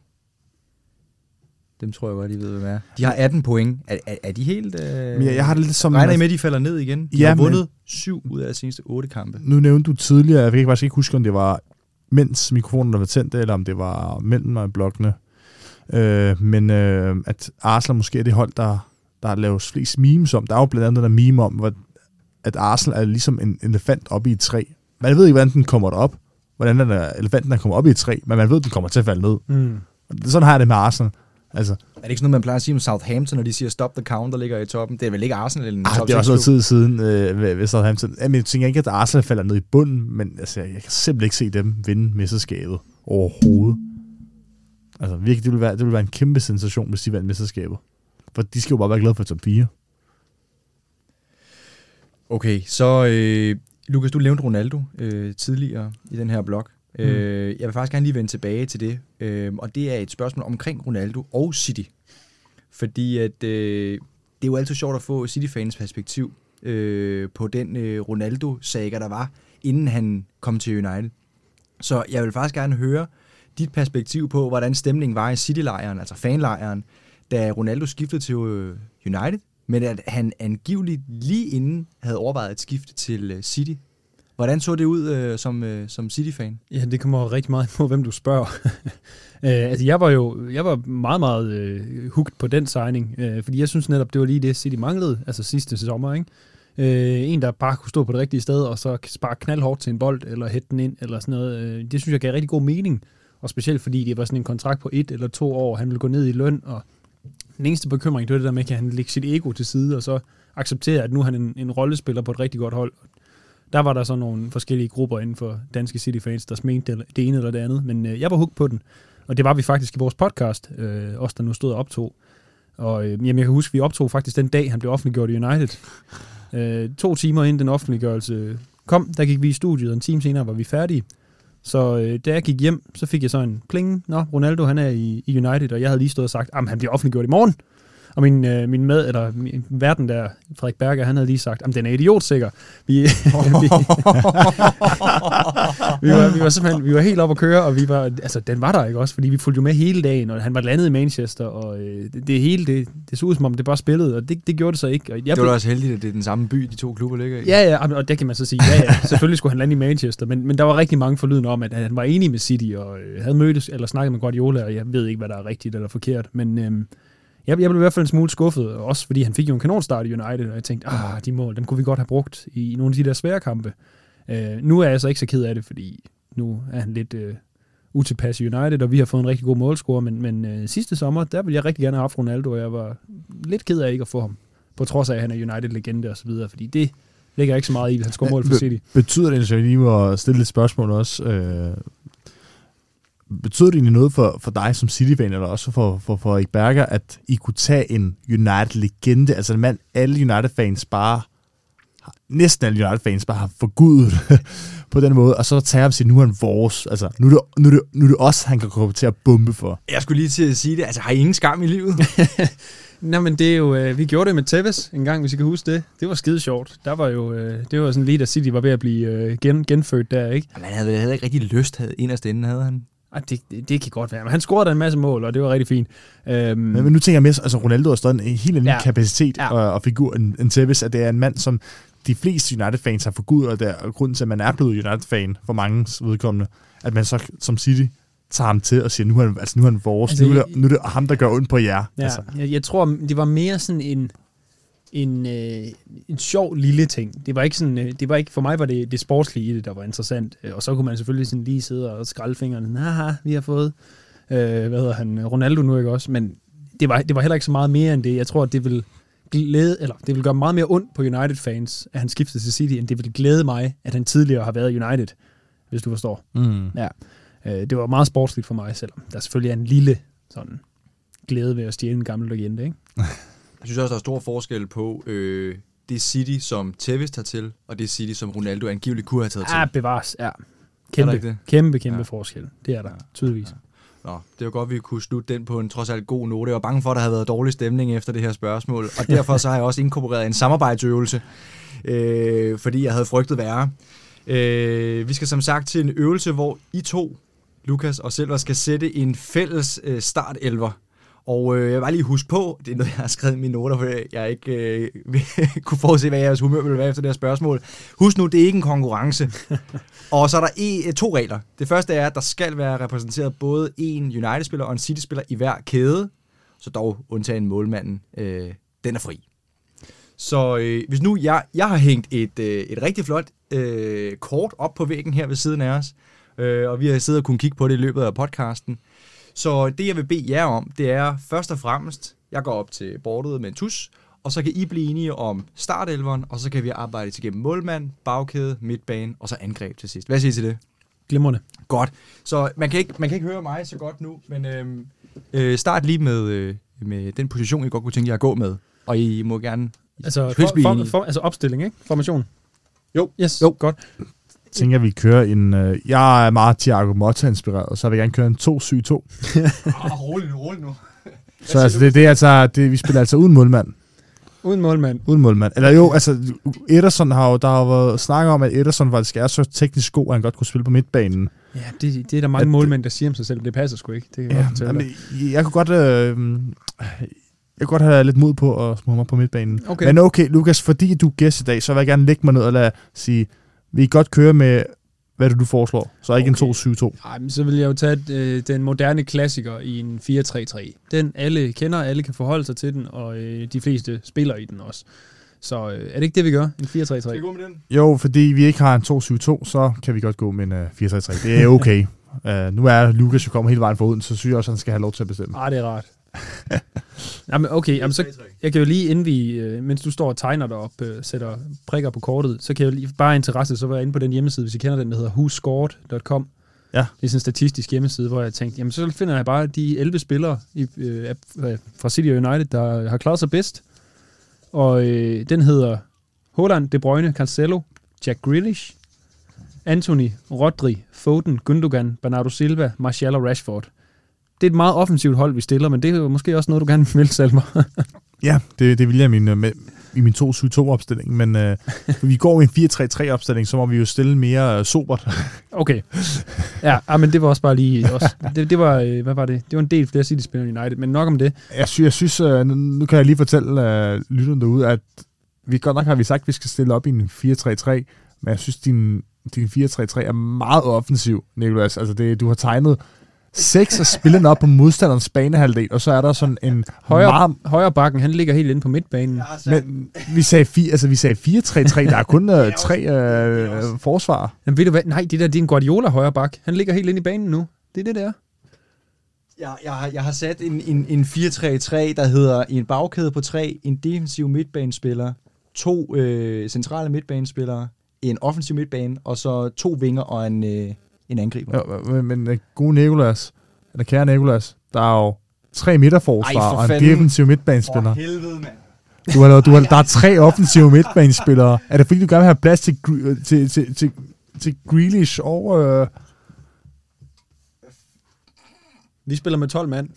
Dem tror jeg godt, I ved, hvad er. De har 18 point. Er de helt... Men jeg har det lidt som... Regner I med, at de falder ned igen? De har vundet 7 ud af de seneste 8 kampe. Nu nævnte du tidligere, jeg kan faktisk ikke huske, om det var mens mikrofonen var tændt, eller om det var mellem mig blokkene. Men at Arsenal måske er det hold, der laves flest memes om. Der er jo blandt andet der meme om, at Arsenal er ligesom en elefant oppe i et træ. Man ved ikke, hvordan den kommer op, hvordan elefanten er kommet op i et træ, men man ved, at den kommer til at falde ned. Sådan har jeg det med Arsenal. Altså. Er det ikke sådan noget, man plejer at sige om Southampton, når de siger stop the count, der ligger i toppen? Det er vel ikke Arsenal eller en top 6 klub? Det er også noget tid siden ved Southampton. Jeg tænker ikke, at Arsenal falder ned i bunden, men altså, jeg kan simpelthen ikke se dem vinde mesterskabet overhovedet. Altså virkelig, det vil være en kæmpe sensation, hvis de vandt mesterskabet. For de skal jo bare være glade for top 4. Okay, så Lukas, du nævnte Ronaldo tidligere i den her blog. Jeg vil faktisk gerne lige vende tilbage til det, og det er et spørgsmål omkring Ronaldo og City. Fordi at, det er jo altid sjovt at få City-fans perspektiv på den Ronaldo-saga, der var, inden han kom til United. Så jeg vil faktisk gerne høre dit perspektiv på, hvordan stemningen var i City-lejren, altså fanlejren, da Ronaldo skiftede til United, men at han angiveligt lige inden havde overvejet et skifte til City. Hvordan så det ud som City-fan? Ja, det kommer rigtig meget på, hvem du spørger. Altså, jeg var meget, meget hooked på den signing, fordi jeg synes netop, det var lige det, City manglede, altså sidste sommer, ikke? En, der bare kunne stå på det rigtige sted, og så sparke knaldhårdt til en bold, eller hætte den ind, eller sådan noget. Det synes jeg gav rigtig god mening, og specielt fordi det var sådan en kontrakt på 1 eller 2 år, han ville gå ned i løn, og den eneste bekymring, det var det der med, at han lægge sit ego til side, og så acceptere, at nu er han en rollespiller på et rigtig godt hold. Der var der så nogle forskellige grupper inden for danske City-fans, der mente det ene eller det andet, men jeg var hooked på den, og det var vi faktisk i vores podcast, os der nu stod og optog. Og jeg kan huske, vi optog faktisk den dag, han blev offentliggjort i United. 2 timer inden den offentliggørelse kom, der gik vi i studiet, og en time senere var vi færdige. Så da jeg gik hjem, så fik jeg så en pling. Nå, Ronaldo, han er i United, og jeg havde lige stået og sagt, at han bliver offentliggjort i morgen. Og min verden der, Frederik Berger, han havde lige sagt, at den er idiotsikker. Vi var simpelthen, vi var helt oppe at køre, og den var der ikke også, fordi vi fulgte jo med hele dagen, og han var landet i Manchester, og det hele, det så ud som om, det bare spillede, og det gjorde det så ikke. Og det var da også heldigt, at det er den samme by, de 2 klubber ligger i. Ja, og det kan man så sige, selvfølgelig skulle han lande i Manchester, men der var rigtig mange forlydende om, at han var enig med City, og havde mødtes, eller snakket med Guardiola, og jeg ved ikke, hvad der er rigtigt eller forkert, men Jeg blev i hvert fald en smule skuffet, også fordi han fik jo en kanonstart i United, og jeg tænkte, de mål, dem kunne vi godt have brugt i nogle af de der svære kampe. Nu er jeg så ikke så ked af det, fordi nu er han lidt utilpas i United, og vi har fået en rigtig god målscorer, men sidste sommer, der ville jeg rigtig gerne have haft Ronaldo, og jeg var lidt ked af ikke at få ham, på trods af, at han er United-legende og så videre, fordi det ligger ikke så meget i, hvis han scorer mål for City. Betyder det, at jeg lige må stille et spørgsmål også, betyder det egentlig noget for dig som City-fan, eller også for Frederik Berger, at I kunne tage en United-legende, altså en mand, alle United-fans bare, næsten alle United-fans bare har forgudet på den måde, og så tager ham og siger, nu er han vores, altså nu er det os, han kan komme til at bombe for. Jeg skulle lige til at sige det, altså har I ingen skam i livet? Nå, men det er jo, vi gjorde det med Tevez en gang, hvis I kan huske det. Det var skide sjovt. Der var jo, det var sådan lige, da City var ved at blive genfødt der, ikke? Men han havde ikke rigtig lyst, inderst inden havde han. Det kan godt være, men han scorede da en masse mål, og det var rigtig fint. Men nu tænker jeg mere, altså Ronaldo har stadig en helt anden kapacitet og figur end Tevez, at det er en mand, som de fleste United-fans har forgudet, og det er grunden til, at man er blevet United-fan for mange vedkommende, at man så som City tager ham til og siger, nu er han vores, altså, nu er det ham, der gør ondt på jer. Ja, altså. jeg tror, det var mere sådan en sjov lille ting. Det var ikke sådan, for mig var det sportslige i det, der var interessant. Og så kunne man selvfølgelig sådan lige sidde og skralde fingrene. Haha, vi har fået Ronaldo nu, ikke også? Men det var heller ikke så meget mere end det. Jeg tror, at det vil gøre meget mere ondt på United-fans, at han skiftede til City, end det vil glæde mig, at han tidligere har været United, hvis du forstår. Ja. Det var meget sportsligt for mig, selvom der selvfølgelig er en lille sådan glæde ved at stjæle en gammel legende, ikke? Jeg synes også, der er stor forskel på det City, som Tevez tager til, og det City, som Ronaldo angiveligt kunne have taget til. Bevares, ja. Kæmpe forskel. Det er der, tydeligvis. Ja. Nå, det var godt, vi kunne slutte den på en trods alt god note. Jeg var bange for, at der havde været dårlig stemning efter det her spørgsmål, og derfor så har jeg også inkorporeret en samarbejdsøvelse, fordi jeg havde frygtet værre. Vi skal som sagt til en øvelse, hvor I to, Lukas og Selver, skal sætte en fælles startelver. Og jeg vil bare lige huske på, det er noget, jeg har skrevet i mine noter, for jeg ikke kunne forudse, hvad jeres humør ville være efter det her spørgsmål. Husk nu, det er ikke en konkurrence. Og så er der to regler. Det første er, at der skal være repræsenteret både en United-spiller og en City-spiller i hver kæde, så dog undtagen målmanden, den er fri. Så hvis nu jeg har hængt et rigtig flot kort op på væggen her ved siden af os, og vi har siddet og kunnet kigge på det i løbet af podcasten, så det, jeg vil bede jer om, det er først og fremmest, jeg går op til bordet med en tus, og så kan I blive enige om startelveren, og så kan vi arbejde til gennem målmand, bagkæde, midtbane, og så angreb til sidst. Hvad siger I til det? Glimrende. Godt. Så man kan ikke høre mig så godt nu, men start lige med den position, I godt kunne tænke jer at gå med, og I må gerne... Altså opstilling, ikke? Formation. Jo. Yes, jo. Godt. Jeg tænker, at vi kører en... jeg er meget Thiago Motta-inspireret, så vil jeg gerne køre en 2-7-2. Rolig nu. Så altså, vi spiller altså uden målmand. Uden målmand. Eller jo, altså, Ederson der har været snakket om, at Ederson faktisk er så teknisk god, at han godt kunne spille på midtbanen. Ja, det er der mange målmænd, der siger om sig selv, det passer sgu ikke. Det kan jeg kunne godt... Jeg kunne godt have lidt mod på at små mig på midtbanen. Okay. Men okay, Lukas, fordi du er gæst i dag, så vil jeg gerne lægge mig ned og lade sige, vi kan godt køre med, hvad du foreslår. Så ikke en 2-7-2. Ej, men så vil jeg jo tage den moderne klassiker i en 4-3-3. Den alle kender, alle kan forholde sig til den, og de fleste spiller i den også. Så er det ikke det, vi gør? En 4-3-3? Skal vi gå med den? Jo, fordi vi ikke har en 2-7-2, så kan vi godt gå med en 4-3-3. Det er okay. Nu er Lukas jo kommet hele vejen foruden, så synes jeg også, at han skal have lov til at bestemme. Det er rart. Jamen, okay, jamen, så jeg kan jo lige, inden vi, mens du står og tegner derop, sætter prikker på kortet, så kan jeg jo lige, bare interesse, så var jeg inde på den hjemmeside, hvis I kender den, der hedder whoscored.com. Ja. Det er sådan en statistisk hjemmeside, hvor jeg tænkte, jamen så finder jeg bare de 11 spillere fra City og United, der har klaret sig bedst. Og den hedder Haaland, De Bruyne, Cancelo, Jack Grealish, Anthony, Rodri, Foden, Gundogan, Bernardo Silva, Martial og Rashford. Det er et meget offensivt hold, vi stiller, men det er jo måske også noget, du gerne vil, Salmer. Ja, det vil jeg i min 2-7-2-opstilling, men vi går i en 4-3-3-opstilling, så må vi jo stille mere sobert. Okay. Ja, men det var også bare lige... Det var, hvad var det? Det var en del flere City-spillere United, men nok om det. Jeg synes nu kan jeg lige fortælle lytterne derude, at vi godt nok har vi sagt, at vi skal stille op i en 4-3-3, men jeg synes, din 4-3-3 er meget offensiv, Nicolas. Altså, du har tegnet 6 og spille den op på modstanderens banehalvdel, og så er der sådan en Højre bakken, han ligger helt inde på midtbanen. Men vi sagde 4-3-3, der er kun 3 forsvar. Jamen ved du hvad? Nej, det er en Guardiola højre bak. Han ligger helt inde i banen nu. Det er det der. Jeg har sat en 4-3-3, der hedder en bagkæde på 3, en defensiv midtbanespiller, 2 centrale midtbanespillere, en offensiv midtbane, og så 2 vinger og en angriber. Ja, men gode Nicolas, eller kære Nicolas, der er jo 3 midterforsvar og en defensiv midtbanespiller. For helvede, mand. Der er 3 offensive midtbanespillere. Er det fordi, du gerne vil have plads til Grealish over... Vi spiller med 12 mand.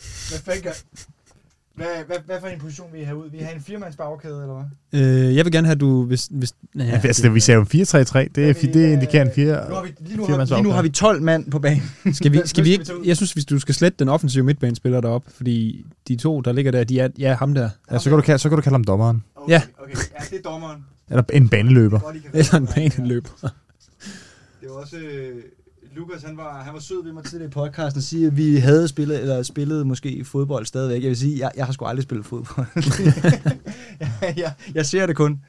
Hvad for en position vil I have ud? Vil I have en 4-mands bagkæde, eller hvad? Jeg vil gerne have, at du... vi ser jo 4-3-3. Det indikerer en 4 Lige nu har vi 12 mand på banen. Skal vi ikke... Jeg synes, hvis du skal slette den offensive midtbanespiller derop, fordi de 2, der ligger der, de er... Ja, ham der. Ja, så kan du kalde ham dommeren. Okay, ja. Okay, ja, det er dommeren. Eller en baneløber. Eller en baneløber. Det var også... Lukas, han var sød ved mig tidligere i podcasten og sige, at vi havde spillet måske fodbold stadigvæk. Jeg vil sige, jeg har sgu aldrig spillet fodbold. jeg ser det kun.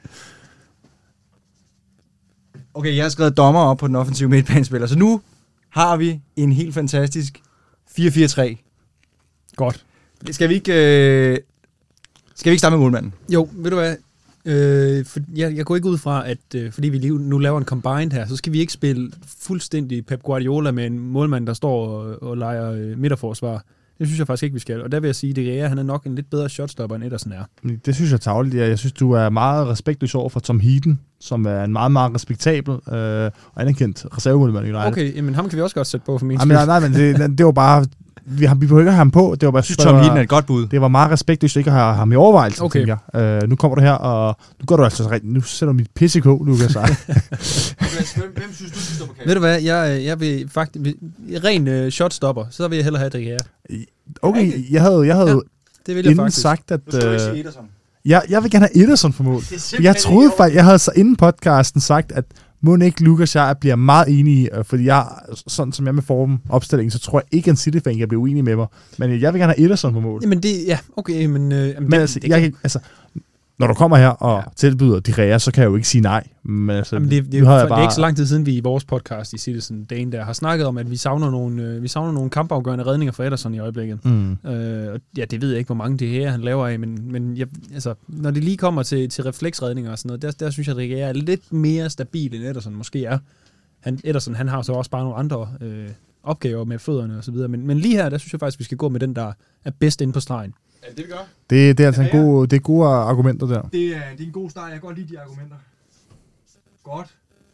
Okay, jeg har skrevet dommer op på den offensive midtbanespiller, så nu har vi en helt fantastisk 4-4-3. Godt. Skal vi ikke starte med målmanden? Jo, ved du hvad? Jeg går ikke ud fra, at fordi vi nu laver en combined her, så skal vi ikke spille fuldstændig Pep Guardiola med en målmand, der står og leger midterforsvar. Det synes jeg faktisk ikke, vi skal. Og der vil jeg sige, at De Gea, han er nok en lidt bedre shotstopper, end Ederson er. Det synes jeg er tarveligt. Jeg synes, du er meget respektløs over for Tom Heaton, som er en meget, meget respektabel og anerkendt reservemålmand i United. Okay, men ham kan vi også godt sætte på for min skyld. Nej, men det var bare... Vi behøver ikke have ham på. Det var bare, synes Tom Heaton er et godt bud. Det var meget respektløst ikke at have ham i overvejelse, okay. Tænker jeg. Nu kommer du her, og nu går du altså rigtigt. Nu sætter du mit pisse i kog, Lukas. Hvem synes du står på kassen? Ved du hvad, jeg vil faktisk... Ren shotstopper, så vil jeg hellere have De Gea. Okay, jeg havde det vil jeg faktisk sagt, at... Nu skal du ikke sige Ederson. Jeg vil gerne have Ederson for mål. Jeg troede faktisk, jeg havde så inden podcasten sagt, at må ikke Lukas og jeg bliver meget enige, fordi jeg, sådan som jeg med formen opstillingen, så tror jeg ikke, en City-fan kan blive uenig med mig. Men jeg vil gerne have Ederson på mål. Jamen det, ja, okay, men... når du kommer her og tilbyder De Gea, så kan jeg jo ikke sige nej. Men altså, det er ikke så lang tid siden, vi i vores podcast i Citizen Dane der har snakket om, at vi savner nogle kampafgørende redninger for Ederson i øjeblikket. Det ved jeg ikke, hvor mange De Gea han laver af, men når det lige kommer til refleksredninger og sådan noget, der synes jeg, at De Gea er lidt mere stabil, end Ederson måske er. Ederson, han har så også bare nogle andre opgaver med fødderne og så videre, men lige her, der synes jeg faktisk, vi skal gå med den, der er bedst inde på stregen. Ja, det vi gør. Det er altså det er gode argumenter der. Det er en god start. Jeg kan godt lide de argumenter. Godt.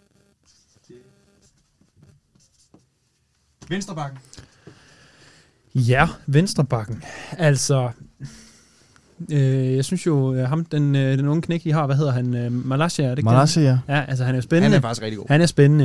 Venstrebakken. Ja, venstrebakken. Altså, jeg synes jo, ham, den unge knæk, de har, hvad hedder han? Malacia, er det ikke? Malacia, ja. Ja, altså han er spændende. Han er faktisk rigtig god. Han er spændende.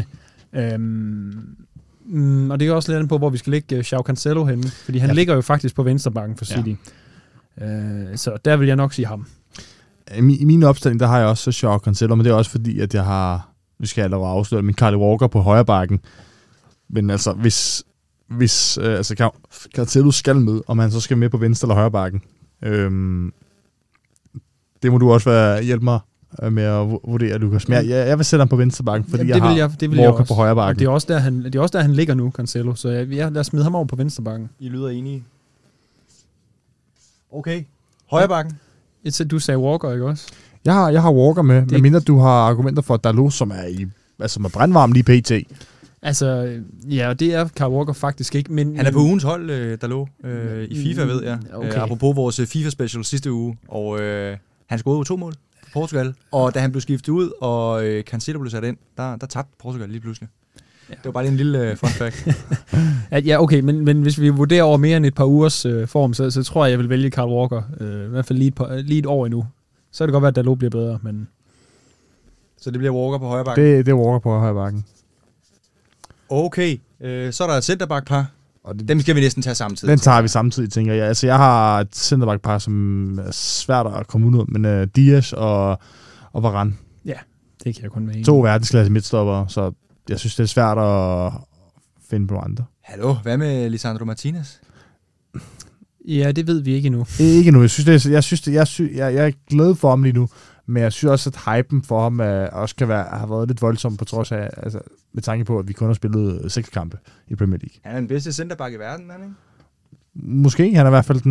Og det er også lidt på, hvor vi skal lægge João Cancelo henne, fordi han ligger jo faktisk på venstrebakken for City. Så der vil jeg nok sige ham. I min opstilling, der har jeg også João Cancelo, men det er også fordi, at jeg har, vi skal allerede afsløre, min Kyle Walker på højre bakken. Men altså, hvis Cancelo skal med, om han så skal med på venstre eller højre bakken, det må du også hjælpe mig med at vurdere, Lukas. Men jeg vil sætte ham på venstre bakken, fordi jeg har Walker på højre bakken. Det er også der, han ligger nu, Cancelo, så lad os smide ham over på venstre bakken. I lyder enige. Okay. Højre bakken. Du sagde Walker, ikke også? Jeg har Walker med, medmindre du har argumenter for Dalot, som er brandvarm lige pt. Altså, ja, og det er Kyle Walker faktisk ikke, men... Han er på ugens hold, Dalot, i FIFA, ved jeg. Okay. Apropos vores FIFA-special sidste uge, og han scorede 2 mål for Portugal, og da han blev skiftet ud, og Cancelo blev sat ind, der tabte Portugal lige pludselig. Ja. Det var bare lige en lille fun fact. Ja, okay, men hvis vi vurderer over mere end et par ugers form, så tror jeg vil vælge Kyle Walker. I hvert fald lige et år endnu. Så kan det godt være, at Dalot bliver bedre, men... Så det bliver Walker på højre bakken? Det er Walker på højre bakken. Okay, så er der et centerback-par, og dem skal vi næsten tage samtidig. Den tager vi samtidig, tænker jeg. Altså, jeg har et centerback-par, som er svært at komme ud af, men Dias og Varane. Ja, det kan jeg kun være enig. 2 verdensklasse midtstopper, så jeg synes, det er svært at finde på andre. Hallo, hvad med Lisandro Martinez? Ja, det ved vi ikke endnu. Ikke nu. Jeg er glad for ham lige nu, men jeg synes også, at hypen for ham også har været lidt voldsom på trods af, altså, med tanke på, at vi kun har spillet 6 kampe i Premier League. Han er den bedste centerback i verden, han, ikke? Måske. Han er i hvert fald den...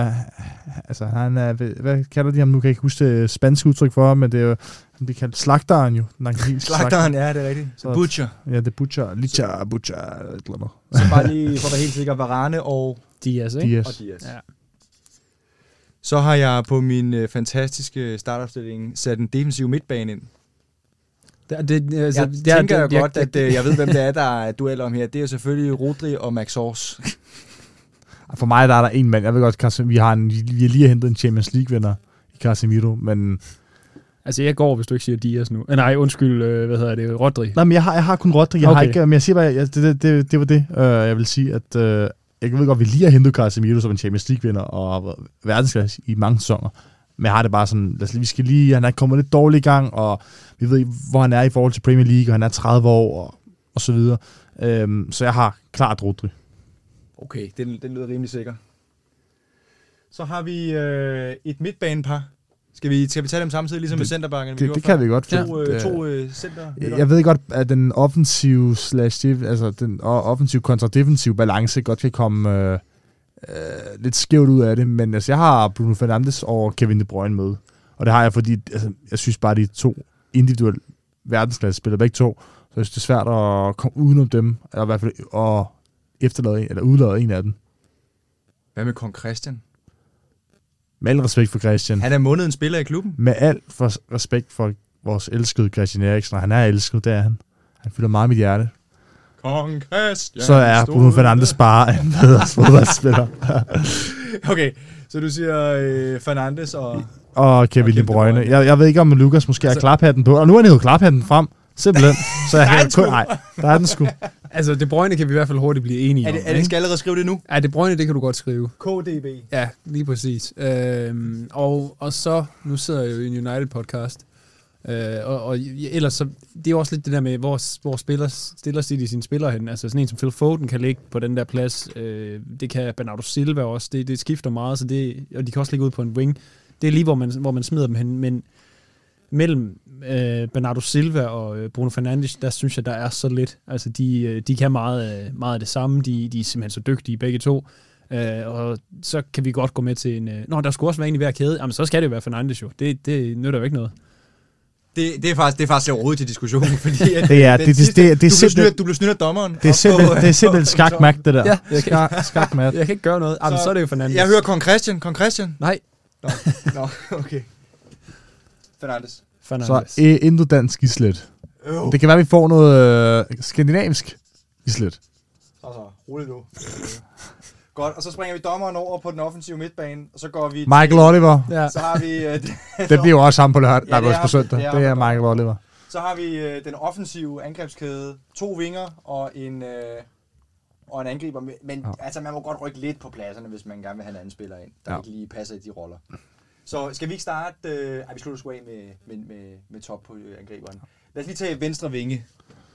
han er... Hvad kalder de ham nu? Kan jeg ikke huske det spanske udtryk for ham, men det er jo... Han bliver kaldt slagteren jo. Slagteren, ja, det er rigtigt. Så, Butcher. Ja, det er Butcher. Licha, Butcher, et eller andet. Så bare lige for at være helt sikker, Varane og Diaz, ikke? Diaz. og Diaz. Ja. Så har jeg på min fantastiske startopstilling sat en defensiv midtbane ind. Jeg tænker godt, at jeg ved, hvem det er, der er dueller om her. Det er jo selvfølgelig Rodri og Max Sors. For mig der er der en mand. Jeg ved godt, vi har lige hentet en Champions League-vinder i Casemiro, men... Altså, jeg går, hvis du ikke siger Diaz nu. Nej, undskyld, hvad hedder det? Rodri. Nej, men jeg har kun Rodri. Jeg har ikke, men jeg siger bare, det var det. Jeg vil sige, at jeg ved godt, vi lige har hentet Casemiro som en Champions League-vinder og har været verdensklasse i mange sæsoner. Men jeg har det bare sådan, vi skal lige, han er kommet lidt dårlig i gang, og vi ved ikke, hvor han er i forhold til Premier League, og han er 30 år, og så videre. Så jeg har klart Rodri. Okay, den lyder rimelig sikker. Så har vi et midtbanepar. Skal vi tage dem samtidig, ligesom med centerbakken? Det kan vi godt. To center. Jeg ved godt, at den offensive offensiv kontra defensiv balance godt kan komme lidt skævt ud af det, men altså, jeg har Bruno Fernandes og Kevin De Bruyne med. Og det har jeg, fordi jeg synes bare, de to individuelle verdensklasse spiller begge to, så jeg synes, det er svært at komme udenom dem, eller i hvert fald at udlade en af dem. Hvad med Kong Christian? Med al respekt for Christian. Han er månedens spiller i klubben. Med al respekt for vores elskede Christian Eriksen, og han er elsket, det er han. Han fylder meget mit hjerte. Kong Christian. Så er Bruno Fernandes bare en bedre fodboldspiller. Okay, så du siger Fernandes og Kevin De Bruyne. Jeg ved ikke, om Lukas måske har klaphatten på. Og nu har han jo klaphatten frem. Simpelthen. Så jeg der er den sgu. Altså, De Bruyne kan vi i hvert fald hurtigt blive enige om. Er det skal allerede skrive det nu? Ja, De Bruyne, det kan du godt skrive. KDB. Ja, lige præcis. Og så, nu sidder jeg jo i en United-podcast, og ellers så, det er jo også lidt det der med, hvor spiller stiller sig sine spillere hen. Altså sådan en som Phil Foden kan ligge på den der plads. Det kan Bernardo Silva også. Det skifter meget, så og de kan også ligge ud på en wing. Det er lige, hvor man smider dem hen, men mellem Bernardo Silva og Bruno Fernandes, der synes jeg, der er så lidt. Altså, de kan meget af det samme. De er simpelthen så dygtige, begge to. Og så kan vi godt gå med til en... der skulle også være en i hver kæde. Jamen, så skal det jo være Fernandes jo. Det nytter jo ikke noget. Det er faktisk lidt rodet til diskussionen, fordi du blev snydt af dommeren. Det er simpelthen skakmagt, det der. Ja, skakmat. Jeg kan ikke gøre noget. Jamen, så er det jo Fernandes. Jeg hører Kong Christian. Nej. Nå, okay. Fernandes. Så indodansk islet. Det kan være, vi får noget skandinavisk islet. Så roligt nu. Godt, og så springer vi dommeren over på den offensive midtbane, og så går vi... Michael Oliver. Ja. Så har vi... det bliver jo også ham på lørdag. Ja, på søndag. Det er Michael Oliver. Så har vi den offensive angrebskæde, 2 vinger og en angriber. Men altså, man må godt rykke lidt på pladserne, hvis man gerne vil have en anden spiller ind, der ikke lige passer i de roller. Så skal vi ikke starte... vi slutter sgu af med top på angriberen. Lad os lige tage venstre vinge.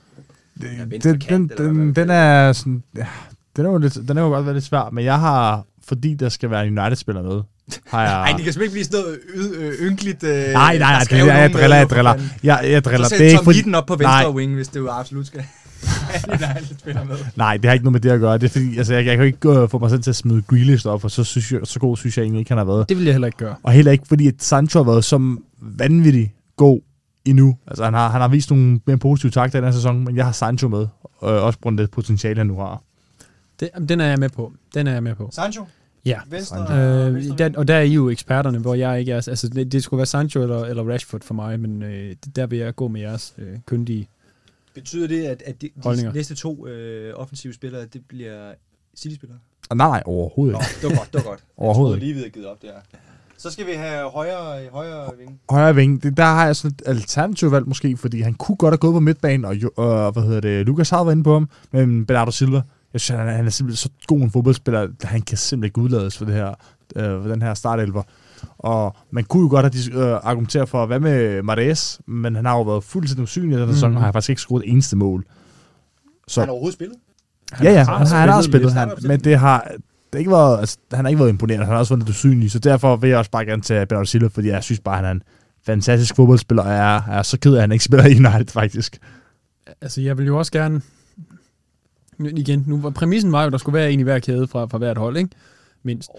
Den er sådan... Den er jo godt været lidt svær, men jeg har, fordi der skal være en United-spiller med, har jeg... Nej, det kan simpelthen ikke blive sådan noget ynkeligt... Nej, jeg driller. Jeg driller. Så sæt Tom Heaton op på venstre wing, hvis det jo absolut skal have en United-spiller med. Nej, det har ikke noget med det at gøre. Det er fordi, altså, jeg kan jo ikke få mig selv til at smide Grealish op, og så god synes jeg egentlig ikke, han har været. Det vil jeg heller ikke gøre. Og heller ikke, fordi Sancho har været som vanvittig god endnu. Altså, han har vist nogle mere positive takter i den her sæson, men jeg har Sancho med, også på det potentiale, han nu har. Den er jeg med på. Sancho? Ja. Venstre, og der er I jo eksperterne, hvor jeg ikke er... Altså, det skulle være Sancho eller Rashford for mig, men der vil jeg gå med jeres kyndige betyder det, at de næste 2 offensive spillere, det bliver City-spillere? Nej, overhovedet ikke. Det var godt. Overhovedet jeg troede lige, vi havde givet op der. Så skal vi have højre ving. Højre ving. Der har jeg sådan et alternativt valg måske, fordi han kunne godt have gået på midtbanen, og Lukas har været inde på ham, men Bernardo Silva. Jeg synes, han er simpelthen så god en fodboldspiller, at han kan simpelthen ikke udlades for det her, den her startelver. Og man kunne jo godt have argumenteret for, hvad med Mahrez, men han har jo været fuldstændig usynlig i den sæson, og har faktisk ikke scoret et eneste mål. Så han har overhovedet spillet? Han har spillet, men det har ikke været, altså, han har ikke været imponerende. Han har også været lidt usynlig, så derfor vil jeg også bare gerne tage Bernardo Silva, fordi jeg synes bare, han er en fantastisk fodboldspiller, og jeg er så ked af, at han ikke spiller i United, faktisk. Altså, jeg vil jo også gerne... Igen, nu præmissen var jo, at der skulle være en i hver kæde fra hvert hold, ikke? Mindst.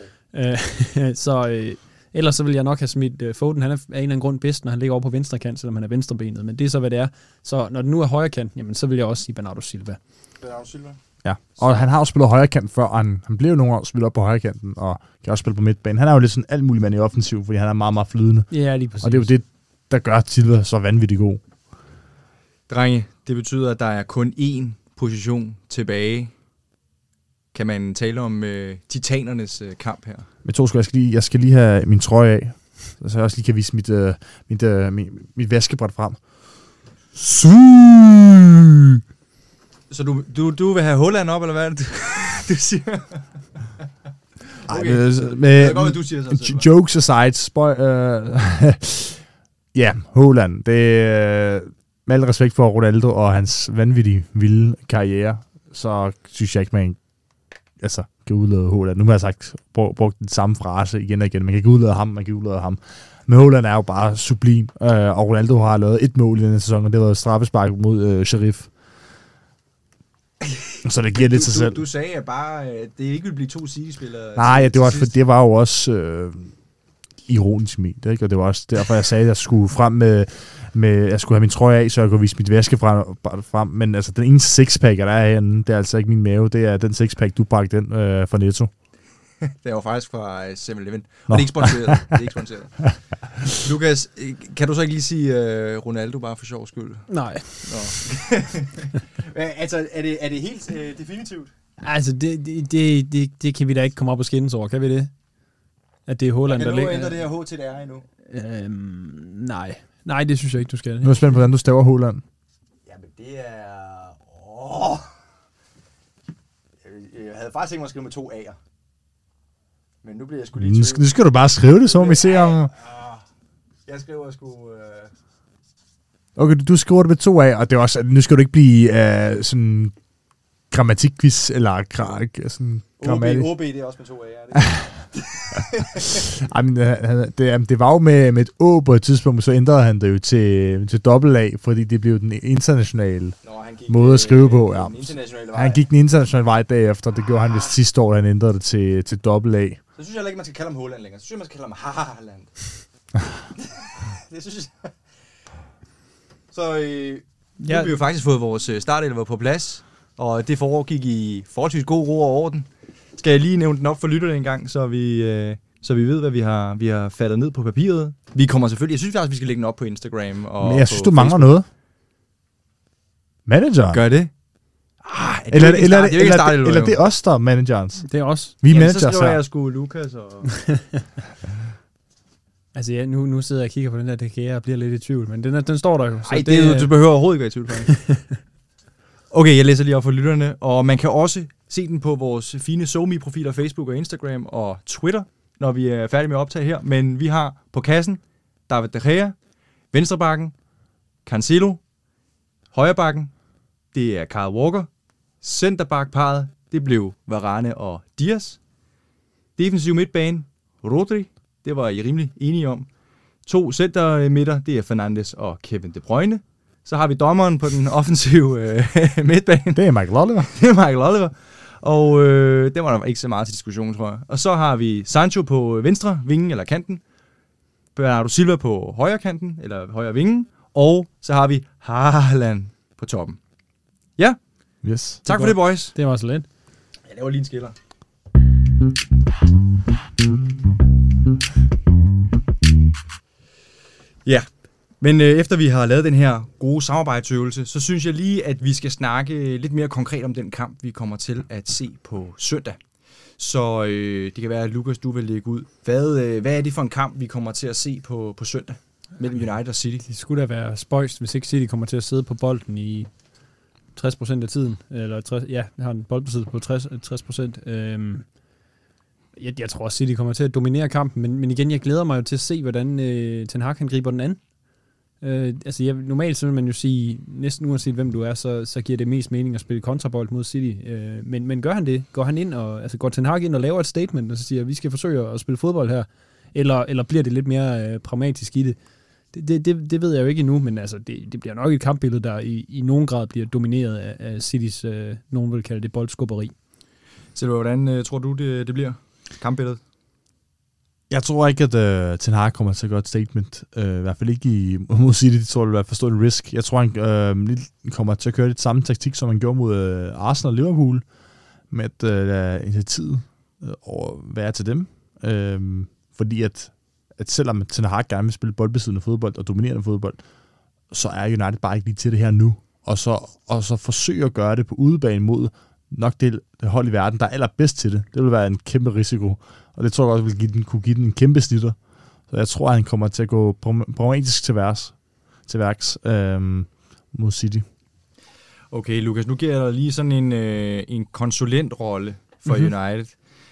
Ellers så vil jeg nok have smidt Foden. Han er af en eller anden grund bedst, når han ligger over på venstre kant, selvom han er venstrebenet. Men det er så, hvad det er. Så når det nu er højre kant, jamen, så vil jeg også sige Bernardo Silva. Ja, og han har også spillet højre kant før, og han blev nogle år spillet op på højre kanten, og kan også spille på midtbanen. Han er jo lidt sådan alt muligt mand i offensiv, fordi han er meget, meget flydende. Ja, lige præcis. Og det er jo det, der gør Silva så vanvittigt god. Drenge, det betyder, at der er kun én position tilbage. Kan man tale om titanernes kamp her? Men jeg skal lige have min trøje af, så jeg også lige kan vise mit vaskebræt frem. Så du vil have Haaland op, eller hvad er det, du siger? Okay. Med du siger så, jokes aside, ja, Haaland. Det med al respekt for Ronaldo og hans vanvittige, vilde karriere, så synes jeg ikke, man kan udlade Haaland. Nu har jeg sagt, brugt den samme frase igen og igen. Man kan ikke udlade ham, Men Haaland er jo bare sublim, og Ronaldo har lavet 1 mål i denne sæson, og det var straffespark mod Sheriff. Så det giver lidt sig selv. Du sagde bare, at det ikke ville blive 2 City-spillere. Nej, det var jo også ironisk ment, ikke? Og det var også derfor, jeg sagde, at jeg skulle frem med jeg skulle have min trøje af, så jeg kunne vise mit væske frem. Men altså, den eneste sixpack, der er herinde, det er altså ikke min mave. Det er den sixpack, du bragte den fra Netto. Det var faktisk fra 7-Eleven. Og det er ikke sponsoreret. Lukas, kan du så ikke lige sige Ronaldo bare for sjov skyld? Nej. Altså, er det helt definitivt? Altså, det kan vi da ikke komme op og skændes over, kan vi det? At det er Haaland, der ligger... Kan du ændre det her H til det R endnu? Nej, det synes jeg ikke, du skal. Nu er jeg spændt på, hvordan du staver Haaland. Jamen, det er... Jeg havde faktisk tænkt mig at skrive med 2 A'er. Men nu bliver jeg sgu lige... Nu skal du bare skrive det, så må vi se om... Jeg skriver sgu... Okay, du skriver det med 2 A'er, og det er også... Nu skal du ikke blive sådan... Grammatikquiz, eller sådan... OB, det er også med 2 A'er, Ej, men det var jo med et Å på et tidspunkt, så ændrede han det jo til dobbelt A, fordi det blev den internationale måde at skrive på. Ja. Han gik den internationale vej bagefter, det gjorde han vist sidste år, han ændrede det til dobbelt A. Så synes jeg heller ikke, man skal kalde ham Haaland længere. Så synes jeg, man skal kalde ham Haaland. Det synes jeg. Så nu har vi jo faktisk fået vores startelver på plads, og det forår gik i forholdsvis god ro og orden. Skal jeg lige nævne den op for lytterne en gang, så vi ved, hvad vi har fattet ned på papiret. Vi kommer selvfølgelig... Jeg synes faktisk, vi skal lægge den op på Instagram og men jeg synes, du mangler noget. Manageren. Gør det? Eller det er os, der er manageren. Det er os. Vi er managers her. Så skriver jeg sgu Lukas og... Altså ja, nu sidder jeg og kigger på den der DKR og bliver lidt i tvivl, men den står der jo. Nej, du behøver overhovedet ikke være i tvivl, faktisk. Okay, jeg læser lige op for lytterne, og man kan også se den på vores fine SoMe-profiler, Facebook og Instagram og Twitter, når vi er færdige med at optage her. Men vi har på kassen David De Gea, venstrebakken, Cancelo, højrebakken, det er Kyle Walker, centerback-parret, det blev Varane og Diaz, defensiv midtbane, Rodri, det var I rimelig enige om, 2 centermidter, det er Fernandes og Kevin De Bruyne. Så har vi dommeren på den offensive midtbane. Det er Michael Oliver. Og det var der ikke så meget til diskussion, tror jeg. Og så har vi Sancho på venstre vingen eller kanten. Bernardo Silva på højre kanten eller højre vingen. Og så har vi Haaland på toppen. Ja. Yes. Tak for det, boys. Det var så let. Jeg laver lige en skiller. Ja. Men efter vi har lavet den her gode samarbejdsøvelse, så synes jeg lige, at vi skal snakke lidt mere konkret om den kamp, vi kommer til at se på søndag. Så det kan være, at Lukas, du vil lægge ud. Hvad er det for en kamp, vi kommer til at se på søndag mellem United og City? Det skulle da være spøjst, hvis ikke City kommer til at sidde på bolden i 60% af tiden. Eller 60, ja, jeg har en boldbesiddelse på 60%. Jeg tror, at City kommer til at dominere kampen, men igen, jeg glæder mig jo til at se, hvordan Ten Hag han griber den an. Normalt så vil man jo sige, næsten uanset hvem du er, så giver det mest mening at spille kontrabold mod City. Men gør han det? Går han ind går Ten Hag ind og laver et statement, og så siger, vi skal forsøge at spille fodbold her? Eller bliver det lidt mere pragmatisk i det? Det ved jeg jo ikke endnu, men altså, det bliver nok et kampbillede, der i nogen grad bliver domineret af Citys, nogen vil kalde det boldskubberi. Så hvordan tror du, det bliver kampbilledet? Jeg tror ikke, at Ten Hag kommer til at gøre et statement. I hvert fald ikke mod City. Det tror jeg vil være for stor en risk. Jeg tror, han kommer til at køre det samme taktik, som han gjorde mod Arsenal og Liverpool, med at lade initiativet være til dem. Fordi at selvom Ten Hag gerne vil spille boldbesiddende fodbold og dominerende fodbold, så er United bare ikke lige til det her nu. Og så forsøge at gøre det på udebane mod nok det hold i verden, der er allerbedst til det. Det vil være en kæmpe risiko. Og det tror jeg også vil kunne give den en kæmpe snitter. Så jeg tror, at han kommer til at gå pragmatisk til værks mod City. Okay, Lukas, nu giver jeg dig lige sådan en konsulentrolle for United.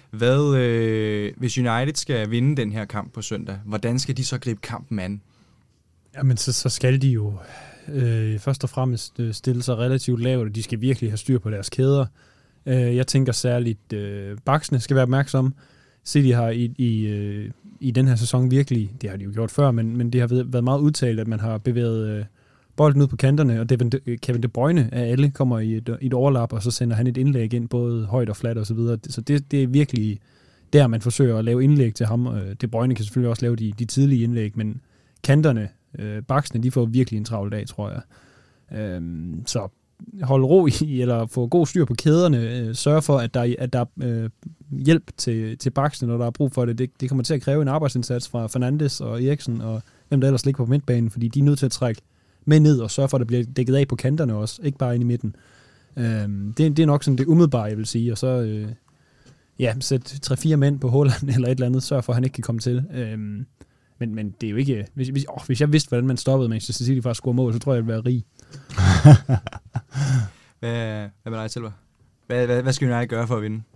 Hvis United skal vinde den her kamp på søndag, hvordan skal de så gribe kampen an? Jamen, så skal de jo først og fremmest stille sig relativt lavt, og de skal virkelig have styr på deres kæder. Jeg tænker særligt, baksene skal være opmærksomme. City har i den her sæson virkelig, det har de jo gjort før, men det har været meget udtalt, at man har bevæget bolden ud på kanterne, og Kevin De Bruyne af alle kommer i et overlap, og så sender han et indlæg ind, både højt og fladt og så videre. Så det er virkelig der, man forsøger at lave indlæg til ham. De Bruyne kan selvfølgelig også lave de tidlige indlæg, men kanterne, baksene, de får virkelig en travl dag, tror jeg. Så hold ro i, eller få god styr på kæderne, sørge for, at der er hjælp til baksene, når der er brug for det. Det kommer til at kræve en arbejdsindsats fra Fernandes og Eriksen, og hvem der ellers ligger på midtbanen, fordi de er nødt til at trække med ned og sørge for, at der bliver dækket af på kanterne også, ikke bare inde i midten. Det er nok sådan det umiddelbare, jeg vil sige, og så sæt 3-4 mænd på Haaland eller et eller andet, sørg for, at han ikke kan komme til. Men det er jo ikke... Hvis jeg vidste, hvordan man stoppede Manchester City fra at score mål, så tror jeg, jeg ville være rig. Hvad med dig, Silver? Hvad skal United gøre for at vinde?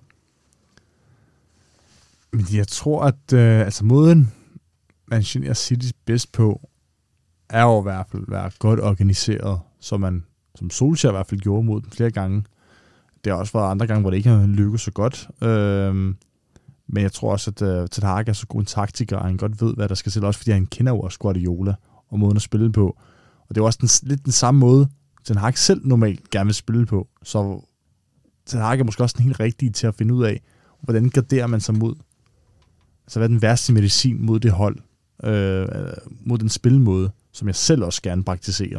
Men jeg tror, at måden, Manchester City bedst på, er jo i hvert fald være godt organiseret, som Solskjaer i hvert fald gjorde mod dem flere gange. Det har også været andre gange, hvor det ikke har lykkedes så godt. Men jeg tror også, at Ten Hag er så god en taktiker, og han godt ved, hvad der skal til, også fordi han kender jo også Guardiola og måden at spille på. Og det er også lidt den samme måde, Ten Hag selv normalt gerne vil spille på. Så Ten Hag er måske også den helt rigtige til at finde ud af, hvordan garderer man sig mod, altså hvad er den værste medicin mod det hold, mod den spilmåde, som jeg selv også gerne praktiserer.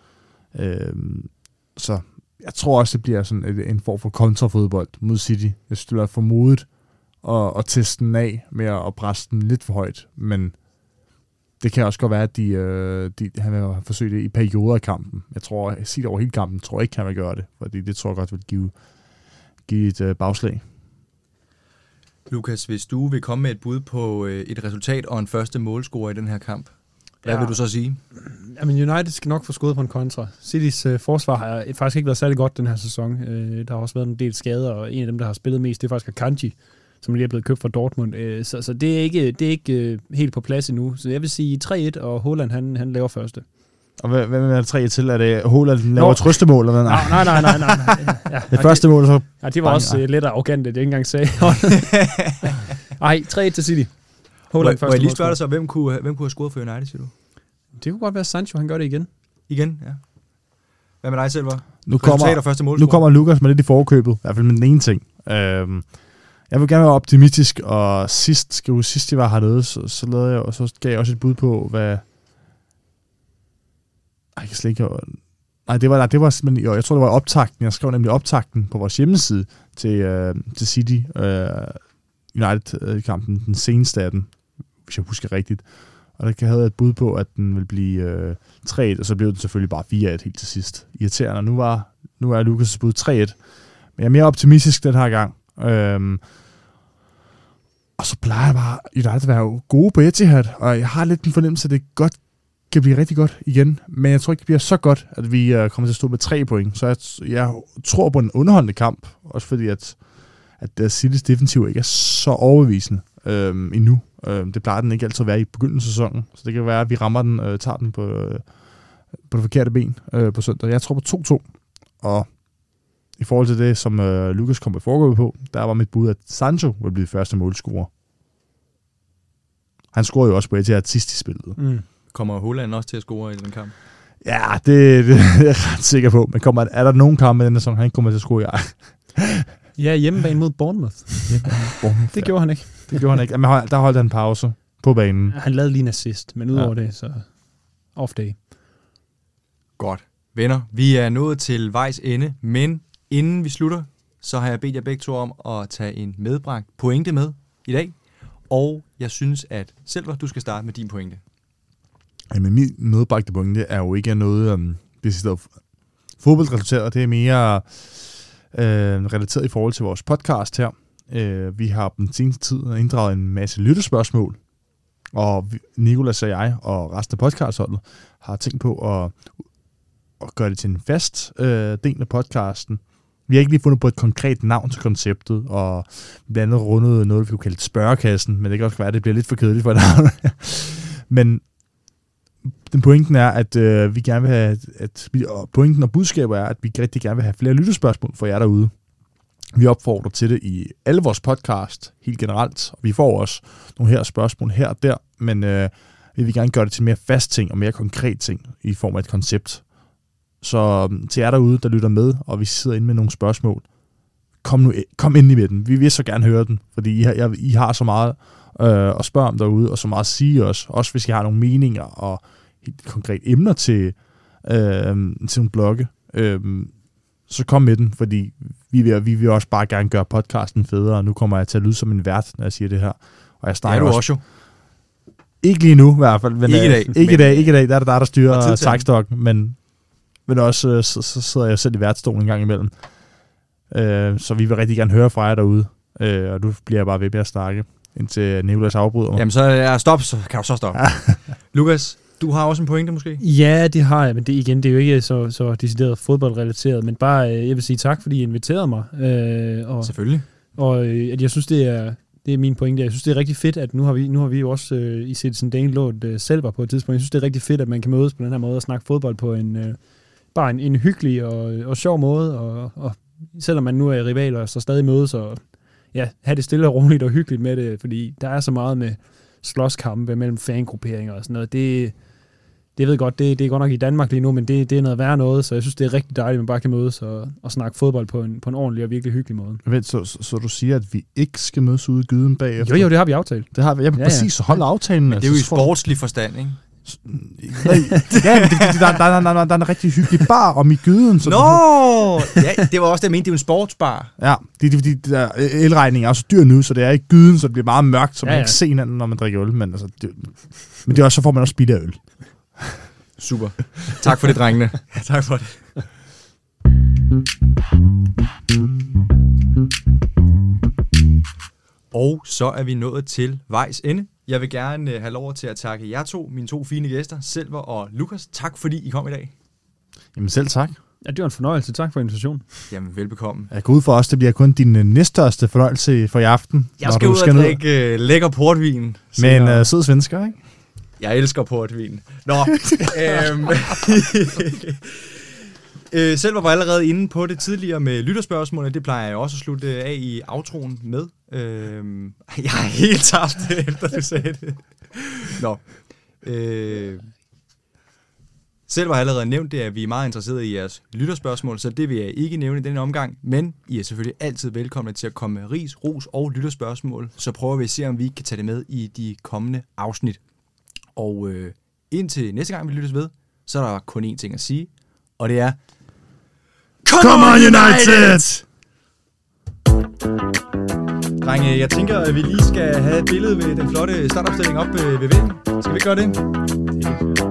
Så jeg tror også, det bliver sådan en form for kontrafodbold mod City. Jeg synes, det er for modigt at teste den af med at presse den lidt for højt, men det kan også godt være, at han vil have forsøgt det i perioder af kampen. Jeg tror, at City over hele kampen, tror jeg ikke, han vil gøre det, fordi det tror jeg godt vil give et bagslag. Lukas, hvis du vil komme med et bud på et resultat og en første målscorer i den her kamp, hvad vil du så sige? Jamen, United skal nok få skåret på en kontra. Citys forsvar har faktisk ikke været særlig godt den her sæson. Der har også været en del skader, og en af dem, der har spillet mest, det er faktisk Akanji, som lige er blevet købt fra Dortmund. Så det er ikke helt på plads endnu. Så jeg vil sige 3-1, og Haaland han laver første. Og hvad med 3 til? Er det Haaland laver trøstemål? Eller Nej. Ja, det første mål, så... Ja, det var også lidt arrogant, det ikke engang sagde. Nej, 3-1 til City. Haaland første mål. Må jeg lige spørge dig så, hvem kunne have scoret for United, siger du? Det kunne godt være Sancho, han gør det igen. Igen, ja. Hvad med dig, Silver? Nu kommer Lukas med lidt i forkøbet, i hvert fald med den ene ting. Jeg vil gerne være optimistisk, og sidst jeg var hernede, så lavede jeg, og så gav jeg også et bud på, hvad... Jeg kan slet ikke... Nej, det var simpelthen... Jeg tror, det var optakten. Jeg skrev nemlig optakten på vores hjemmeside til City United-kampen, den seneste af den, hvis jeg husker rigtigt. Og der havde jeg et bud på, at den ville blive 3-1, og så blev den selvfølgelig bare 4-1 helt til sidst. Irriterende. Nu er Lukas' bud 3-1. Men jeg er mere optimistisk den her gang. Og så plejer bare United at være gode på Etihad, og jeg har lidt en fornemmelse, at det godt kan blive rigtig godt igen, men jeg tror ikke, det bliver så godt, at vi kommer til at stå med 3 point. Så jeg tror på en underholdende kamp, også fordi at Citys defensiv ikke er så overbevisende endnu. Det plejer den ikke altid at være i begyndelsen af sæsonen, så det kan være, at vi rammer den, tager den på det forkerte ben på søndag. Jeg tror på 2-2, og i forhold til det, som Lukas kom med foregået på, der var mit bud, at Sancho vil blive første målscorer. Han scorede jo også på Etihad sidst i spillet. Mm. Kommer Haaland også til at score i den kamp? Ja, det er jeg ret sikker på. Men er der nogen kampe i den sæson, han ikke kommer til at score i? Ja, hjemmebane mod Bournemouth. Det gjorde han ikke. Det gjorde han ikke. Men der holdt han en pause på banen. Han lavede lige en assist, men udover det, så off day. Godt. Venner, vi er nået til vejs ende, men inden vi slutter, så har jeg bedt jer begge to om at tage en medbragt pointe med i dag. Og jeg synes, at Selver, du skal starte med din pointe. Jamen, min medbragte pointe er jo ikke noget decideret fodboldrelateret. Det er mere relateret i forhold til vores podcast her. Vi har den seneste tid inddraget en masse lyttespørgsmål, og Nicolas og jeg og resten af podcastholdet har tænkt på at gøre det til en fast del af podcasten. Vi har ikke lige fundet på et konkret navn til konceptet, og blandt andet rundet noget, vi kunne kalde spørgekassen, men det kan også være, at det bliver lidt for kedeligt for et navn. Men den pointen er, at vi gerne vil have, pointen og budskabet er, at vi rigtig gerne vil have flere lyttespørgsmål for jer derude. Vi opfordrer til det i alle vores podcast, helt generelt, og vi får også nogle her spørgsmål her og der, men vi vil gerne gøre det til mere fast ting og mere konkret ting i form af et koncept. Så til jer derude, der lytter med, og vi sidder inde med nogle spørgsmål, kom ind i med den. Vi vil så gerne høre den, fordi I har så meget at spørge om derude, og så meget at sige også hvis I har nogle meninger og helt konkrete emner til nogle blogge. Så kom med den, fordi vi vil også bare gerne gøre podcasten federe, og nu kommer jeg til at lyde som en vært, når jeg siger det her. Og jeg snakker også jo. Ikke lige nu i hvert fald. Men, ikke i dag. Der er der styrer trækstokken, men også så sidder jeg selv i værtsstolen en gang imellem. Så vi vil rigtig gerne høre fra jer derude, og nu bliver jeg bare ved med at snakke, indtil Nicolas afbryder mig. Jamen så kan du så stoppe. Lukas, du har også en pointe måske? Ja, det har jeg, men det er jo ikke så decideret fodboldrelateret, men bare, jeg vil sige tak, fordi I inviterede mig. Og, selvfølgelig. Og at jeg synes, det er min pointe. Jeg synes, det er rigtig fedt, at nu har vi jo også i Citizen Dane lånt Selver på et tidspunkt. Jeg synes, det er rigtig fedt, at man kan mødes på den her måde og snakke fodbold på bare en hyggelig og sjov måde, og selvom man nu er rivaler, så stadig mødes og have det stille og roligt og hyggeligt med det, fordi der er så meget med slåskampe mellem fangrupperinger og sådan noget. Det ved godt, det er godt nok i Danmark lige nu, men det er noget værre noget, så jeg synes, det er rigtig dejligt, at man bare kan mødes og snakke fodbold på en ordentlig og virkelig hyggelig måde. Vent, så du siger, at vi ikke skal mødes ude i gyden bagefter? Jo, det har vi aftalt. Det har vi, præcis, så hold aftalen. Men det er jo i sportslig forstand, ikke? Der er en rigtig hyggelig bar om i gyden. Ja, det var også det, jeg mente. Det er jo en sportsbar. Ja, fordi der elregningen er også dyr nu, så det er i gyden, så det bliver meget mørkt, så man ikke ser hinanden, når man drikker øl. Men det er også, så får man også billig øl. Super. Tak for det, drengene. Ja, tak for det. Og så er vi nået til vejs ende. Jeg vil gerne have lov til at takke jer to, mine to fine gæster, Selver og Lukas. Tak fordi I kom i dag. Jamen selv tak. Ja, det var en fornøjelse. Tak for invitationen. Jamen velbekomme. Jeg går ud for os, det bliver kun din næststørste fornøjelse for i aften. Jeg skal ud og drikke lækker portvin. Men sød svensker, ikke? Jeg elsker portvin. Nå, Selver var allerede inde på det tidligere med lytterspørgsmålene. Det plejer jeg også at slutte af i outroen med. Jeg er helt tabt, efter du sagde det. Nå. Selver har allerede nævnt det, at vi er meget interesserede i jeres lytterspørgsmål, så det vil jeg ikke nævne i denne omgang. Men I er selvfølgelig altid velkomne til at komme med ris, ros og lytterspørgsmål. Så prøver vi at se, om vi kan tage det med i de kommende afsnit. Og indtil næste gang vi lyttes ved, så er der kun én ting at sige. Og det er... Come on United! Drenge, jeg tænker, at vi lige skal have et billede med den flotte startopstilling op ved væggen. Skal vi gøre det?